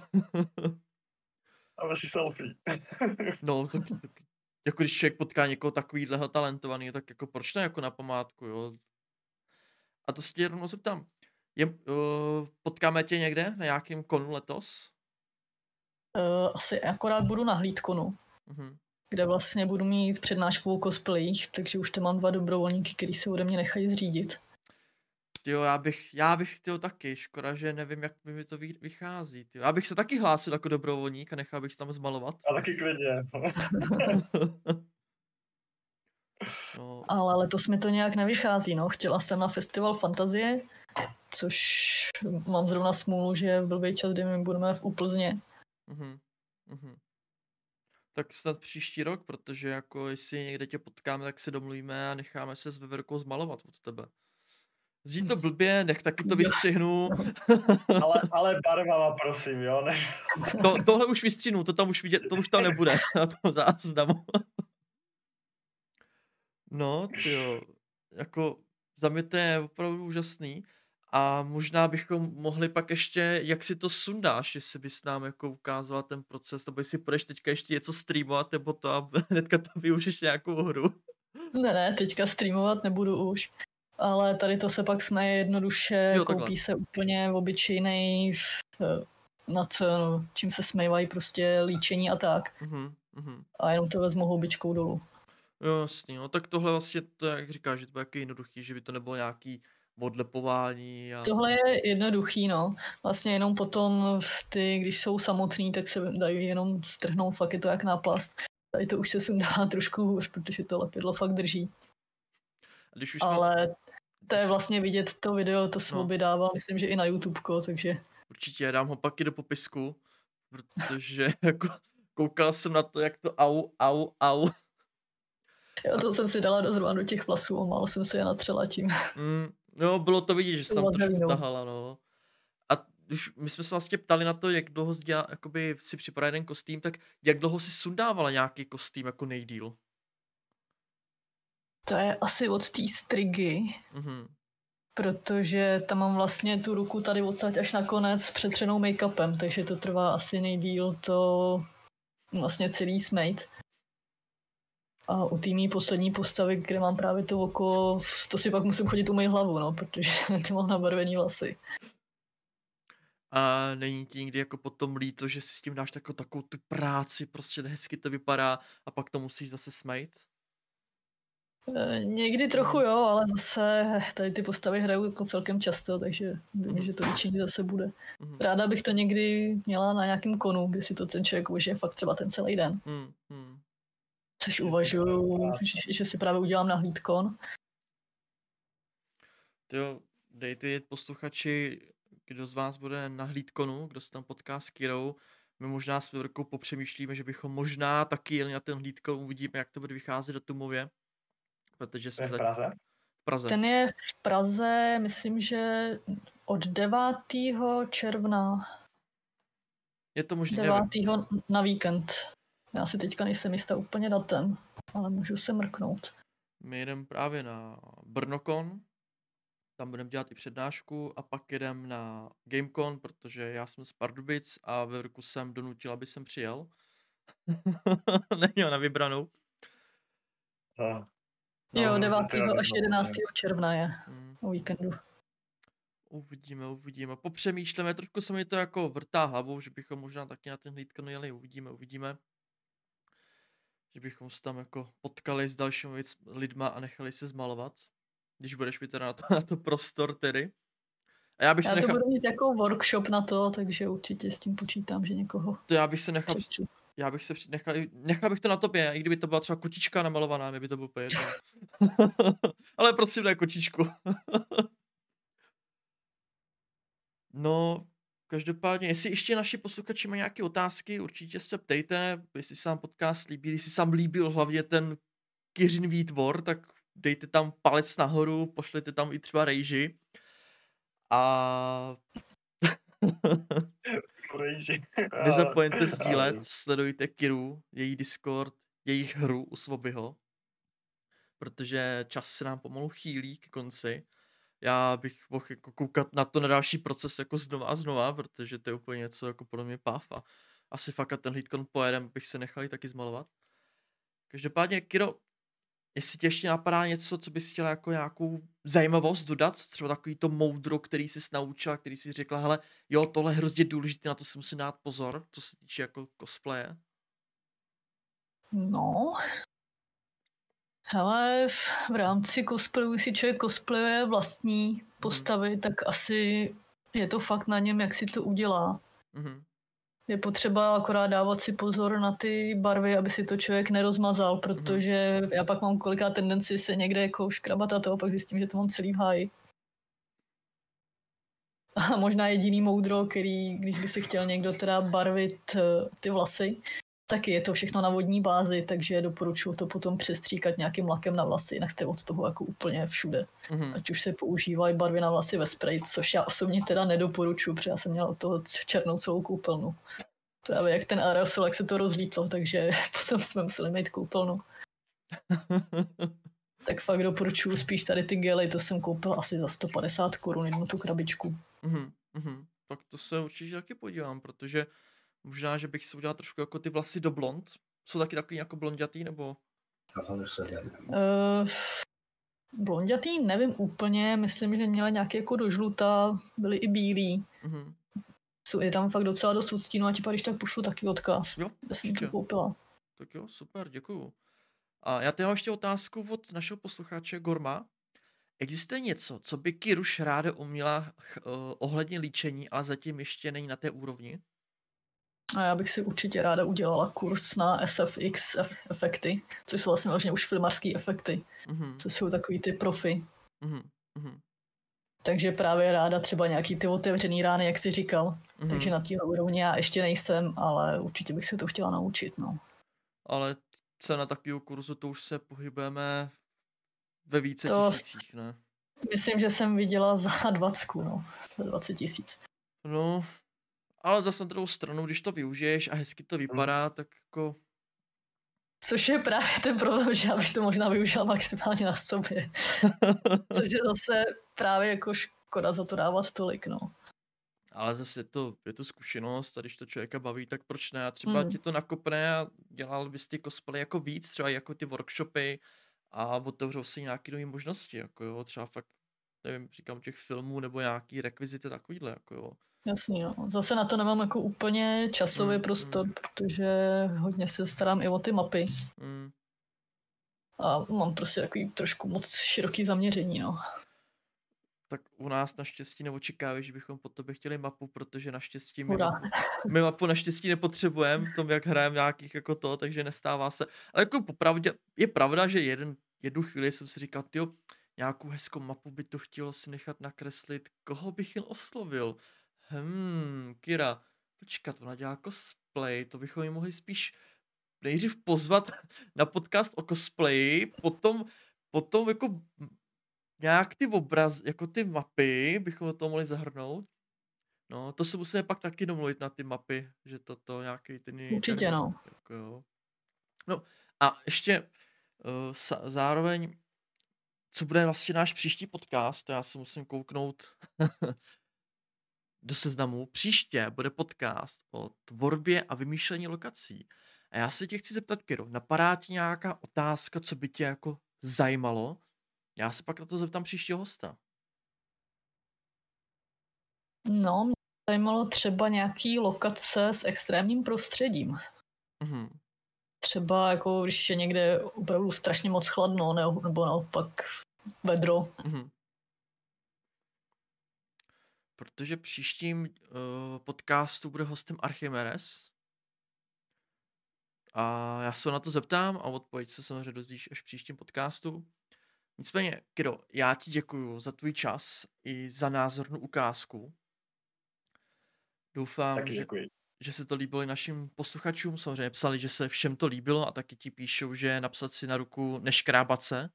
A si selfie. No, tak, tak, jako když člověk potká někoho takovýhleho talentovaný, tak jako proč ne jako na památku, jo. A to se tě rovnou zeptám, je, uh, potkáme tě někde na nějakém konu letos? Uh, asi akorát budu na hlídkonu, Mhm. kde vlastně budu mít přednášku o cosplayích, takže už tam mám dva dobrovolníky, kteří se ode mě nechají zřídit. Tyjo, já bych, já bych tyjo taky, škoda, že nevím, jak mi to vy- vychází, tyjo. Já bych se taky hlásil jako dobrovolník a nechal bych se tam zmalovat. A taky klidně. No, Ale letos mi to nějak nevychází, no. Chtěla jsem na festival Fantazie, což mám zrovna smůlu, že v blbý čas, kdy my budeme v Úplzně. mhm, mhm. Tak snad příští rok, protože jako jestli někde tě potkáme, tak se domluvíme a necháme se s Veverkou zmalovat od tebe. Zní to blbě, nech taky to vystřihnu. ale, ale barvama, prosím, jo? Ne? To, tohle už vystřihnu, to tam už vidět, to už tam nebude na tom záznamu. No, tyjo, jako za mě to je opravdu úžasný a možná bychom mohli pak ještě, jak si to sundáš, jestli bys nám jako ukázala ten proces, nebo jestli půjdeš teďka ještě něco streamovat, nebo to a hnedka to využiješ nějakou hru. Ne, ne, teďka streamovat nebudu už. Ale tady to se pak smeje jednoduše, Jo, koupí takhle. se úplně obyčejnej, na co, no, čím se smejvají prostě líčení a tak. Mhm, mhm. A jenom to vezmu houbičkou dolů. Jo, jasný, no tak tohle vlastně, to jak říkáš, že to je jaký jednoduchý, že by to nebylo nějaký odlepování a... Tohle je jednoduchý, no. Vlastně jenom potom v ty, když jsou samotný, tak se dají jenom strhnout, fakt je to jak náplast. Tady to už se sundává trošku hůř, protože to lepidlo fakt drží. Když už Ale jsme... to je vlastně vidět to video, to jsem No. objedával, myslím, že i na YouTubeko, takže... Určitě, dám ho pak i do popisku, protože jako koukal jsem na to, jak to au, au, au. Jo, to jsem si dala dozrovna do těch vlasů a málo jsem se je natřela tím. Mm, no, bylo to vidět, že To jsem bylo trošku zajímavé. tahala, no. A když my jsme se vlastně ptali na to, jak dlouho dělá, jakoby si připadá jeden kostým, tak jak dlouho si sundávala nějaký kostým jako nejdýl? To je asi od té strigy, Mhm. protože tam mám vlastně tu ruku tady odsaď až na konec přetřenou make-upem, takže to trvá asi nejdýl to vlastně celý smejt. A u té mý poslední postavy, kde mám právě to oko, to si pak musím chodit umýt hlavu, no, protože ty mám nabarvený vlasy. A není ti nikdy jako potom líto, že si s tím dáš takovou, takovou tu práci, prostě hezky to vypadá a pak to musíš zase smejt? E, někdy trochu jo, ale zase tady ty postavy hrajou jako celkem často, takže vím, že to líčení zase bude. Mhm. Ráda bych to někdy měla na nějakém konu, kde si to ten člověk užije fakt třeba ten celý den. Hmm, hmm. Což uvažuju, že, že si právě udělám nahlídkon. Jo, dejte vědět posluchači, kdo z vás bude na hlídkonu, kdo se tam potká s Kirou. My možná s Veverkou popřemýšlíme, že bychom možná taky jeli na ten hlídkon, uvidíme, jak to bude vycházet do Tumově. Protože To jsme je v za- Praze? v Praze. Ten je v Praze, myslím, že od devátého června, Je to možný, nevím. devátého na víkend. Já si teďka nejsem jistá úplně datem, ale můžu se mrknout. My jedeme právě na Brnokon, tam budeme dělat i přednášku a pak jedeme na Gamecon, protože já jsem z Pardubic a Veverku jsem donutil, aby jsem přijel. Neměl na vybranou. No. No, Jo, to devátého ty až rozhodně. jedenáctého června je Mm, o víkendu. Uvidíme, uvidíme. Popřemýšlíme, trošku se mi to jako vrtá hlavou, že bychom možná taky na ten hlídkon jeli, uvidíme, uvidíme. Že bychom se tam jako potkali s dalšími věc, lidma a nechali se zmalovat. Když budeš mít teda na to, na to prostor tedy. A já bych Já se to nechal, budu mít jako workshop na to, takže určitě s tím počítám, že někoho to já bych se nechal, přečtu. já bych se při- nechal, nechal bych to na tobě, i kdyby to byla třeba kočička namalovaná, mě by to bylo úplně jedno. Ale prosím, ne kočičku. No, každopádně, jestli ještě naši posluchači mají nějaké otázky, určitě se ptejte, jestli se vám podcast líbí, jestli se vám líbil hlavně ten Kiřin výtvor, tak dejte tam palec nahoru, pošlete tam i třeba rejži. A Crazy. nezapomeňte sdílet, sledujte Kiru, její Discord, jejich hru u Svobyho, protože čas se nám pomalu chýlí k konci. Já bych mohl jako koukat na to na další proces jako znova a znova, protože to je úplně něco jako podle mě pav a asi fakt a ten hlídkon pojedem, bych se nechal i taky zmalovat. Každopádně, Kiro, jestli tě ještě napadá něco, co bys chtěla jako nějakou zajímavost dodat, třeba takový to moudro, který jsi naučila, který jsi řekla, hele, jo, tohle je hrozně důležité, na to si musím dát pozor, co se týče jako cosplaye. No. Hele, v, v rámci cosplayu, když si člověk cosplayuje vlastní postavy, mm. tak asi je to fakt na něm, jak si to udělá. Mhm. Je potřeba akorát dávat si pozor na ty barvy, aby si to člověk nerozmazal, protože mm. já pak mám koliká tendenci se někde jako škrabat a to, a pak zjistím, že to mám celý v háji. A možná jediný moudro, který, když by si chtěl někdo teda barvit ty vlasy, taky je to všechno na vodní bázi, takže doporučuji to potom přestříkat nějakým lakem na vlasy, jinak jste od toho jako úplně všude. Mhm. Ať už se používají barvy na vlasy ve spreji, což já osobně teda nedoporučuji, protože já jsem měla od toho černou celou koupelnu. Právě jak ten aerosol, jak se to rozlítlo, takže potom jsme museli mít koupelnu. Tak fakt doporučuji spíš tady ty gely, to jsem koupil asi za sto padesát korun jednu tu krabičku. Mhm, mhm. Tak to se určitě taky podívám, protože možná, že bych si udělal trošku jako ty vlasy do blond. Jsou taky takový jako blondětý, nebo? Uh, blondětý nevím úplně, myslím, že měla nějaké jako do žluta, byly i bílí. Mhm. Jsou, je tam fakt docela dost odstínu a ti pak když tak pošlu taky odkaz. Jo, Já jsem určitě. to koupila. Tak jo, super, děkuju. A já tady mám ještě otázku od našeho posluchače Gorma. existuje něco, co by Kiruš ráda uměla ch- uh, ohledně líčení, ale zatím ještě není na té úrovni? A já bych si určitě ráda udělala kurz na S F X efekty, což jsou vlastně vlastně už filmařský efekty, Mhm, co jsou takový ty profi. mhm, mhm, Takže právě ráda třeba nějaký ty otevřený rány, jak jsi říkal. mhm. Takže na téhle úrovni já ještě nejsem, ale určitě bych se to chtěla naučit. No. Ale cena takového kurzu, to už se pohybujeme ve více To- tisících, ne? Myslím, že jsem viděla za dvacku, no. Za dvacet tisíc. No, ale zase na druhou stranu, když to využiješ a hezky to vypadá, tak jako... Což je právě ten problém, že já bych to možná využila maximálně na sobě. Což je zase právě jako škoda za to dávat tolik, no. Ale zase je to, je to zkušenost a když to člověka baví, tak proč ne? A třeba Hmm. ti to nakopne a dělal bys ty cosplay jako víc, třeba jako ty workshopy a otevřou se nějaké nové možnosti, jako jo, třeba fakt, nevím, říkám těch filmů nebo nějaký rekvizity takovýhle, jako jo. Jasně, jo. Zase na to nemám jako úplně časový Mm, prostor, mm. protože hodně se starám i o ty mapy. Mm. A mám prostě takový trošku moc široký zaměření, no. Tak u nás naštěstí neočekáváš, že bychom po tobě chtěli mapu, protože naštěstí my Hurá. mapu, my mapu naštěstí nepotřebujeme v tom, jak hrajeme nějakých jako to, takže nestává se. Ale jako popravdě, je pravda, že jeden, jednu chvíli jsem si říkal, tyjo, nějakou hezkou mapu by to chtělo si nechat nakreslit, koho bych jen oslovil? Hmm, Kira, počkat, ona dělá cosplay, to bychom ji mohli spíš nejdřív pozvat na podcast o cosplayi, potom, potom jako nějak ty obraz, jako ty mapy bychom do toho mohli zahrnout. No, to se musíme pak taky domluvit na ty mapy, že toto nějaký ten jiný Určitě, termín, no. Jako jo. No a ještě uh, sa, zároveň, co bude vlastně náš příští podcast, to já se musím kouknout do seznamu. Příště bude podcast o tvorbě a vymýšlení lokací. A já se tě chci zeptat, Kiro, napadá ti nějaká otázka, co by tě jako zajímalo? Já se pak na to zeptám příštího hosta. No, mě zajímalo třeba nějaký lokace s extrémním prostředím. Mhm. Třeba jako když je někde opravdu strašně moc chladno, ne- nebo naopak vedro. Mhm. Protože příštím uh, podcastu bude hostem Archimedes. A já se ho na to zeptám a odpověď se samozřejmě dozvíš až v příštím podcastu. Nicméně, Kiro, já ti děkuju za tvůj čas i za názornou ukázku. Doufám, Taky že, děkuji. že se to líbilo i našim posluchačům. Samozřejmě psali, že se všem to líbilo a taky ti píšou, že napsat si na ruku neškrábat se.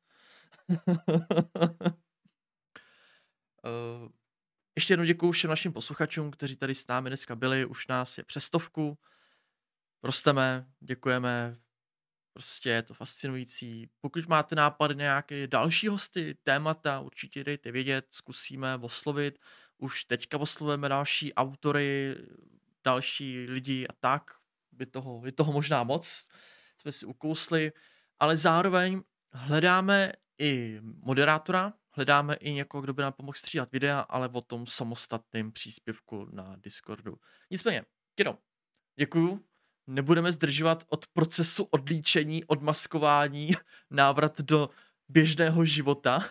uh, Ještě jednou děkuju všem našim posluchačům, kteří tady s námi dneska byli. Už nás je přes stovku. Rosteme, děkujeme. Prostě je to fascinující. Pokud máte nápady na nějaké další hosty, témata, určitě dejte vědět, zkusíme oslovit. Už teďka oslovujeme další autory, další lidi a tak. Je toho, je toho možná moc. Jsme si ukousli. Ale zároveň hledáme i moderátora, hledáme i někoho, kdo by nám pomohl stříhat videa, ale o tom samostatném příspěvku na Discordu. Nicméně, Kiro, děkuju. Nebudeme zdržovat od procesu odlíčení, odmaskování, návrat do běžného života.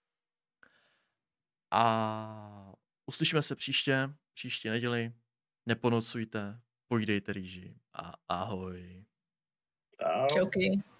A uslyšíme se příště, příští neděli. Neponocujte, pojídejte rýži a ahoj. Čau. Čauky.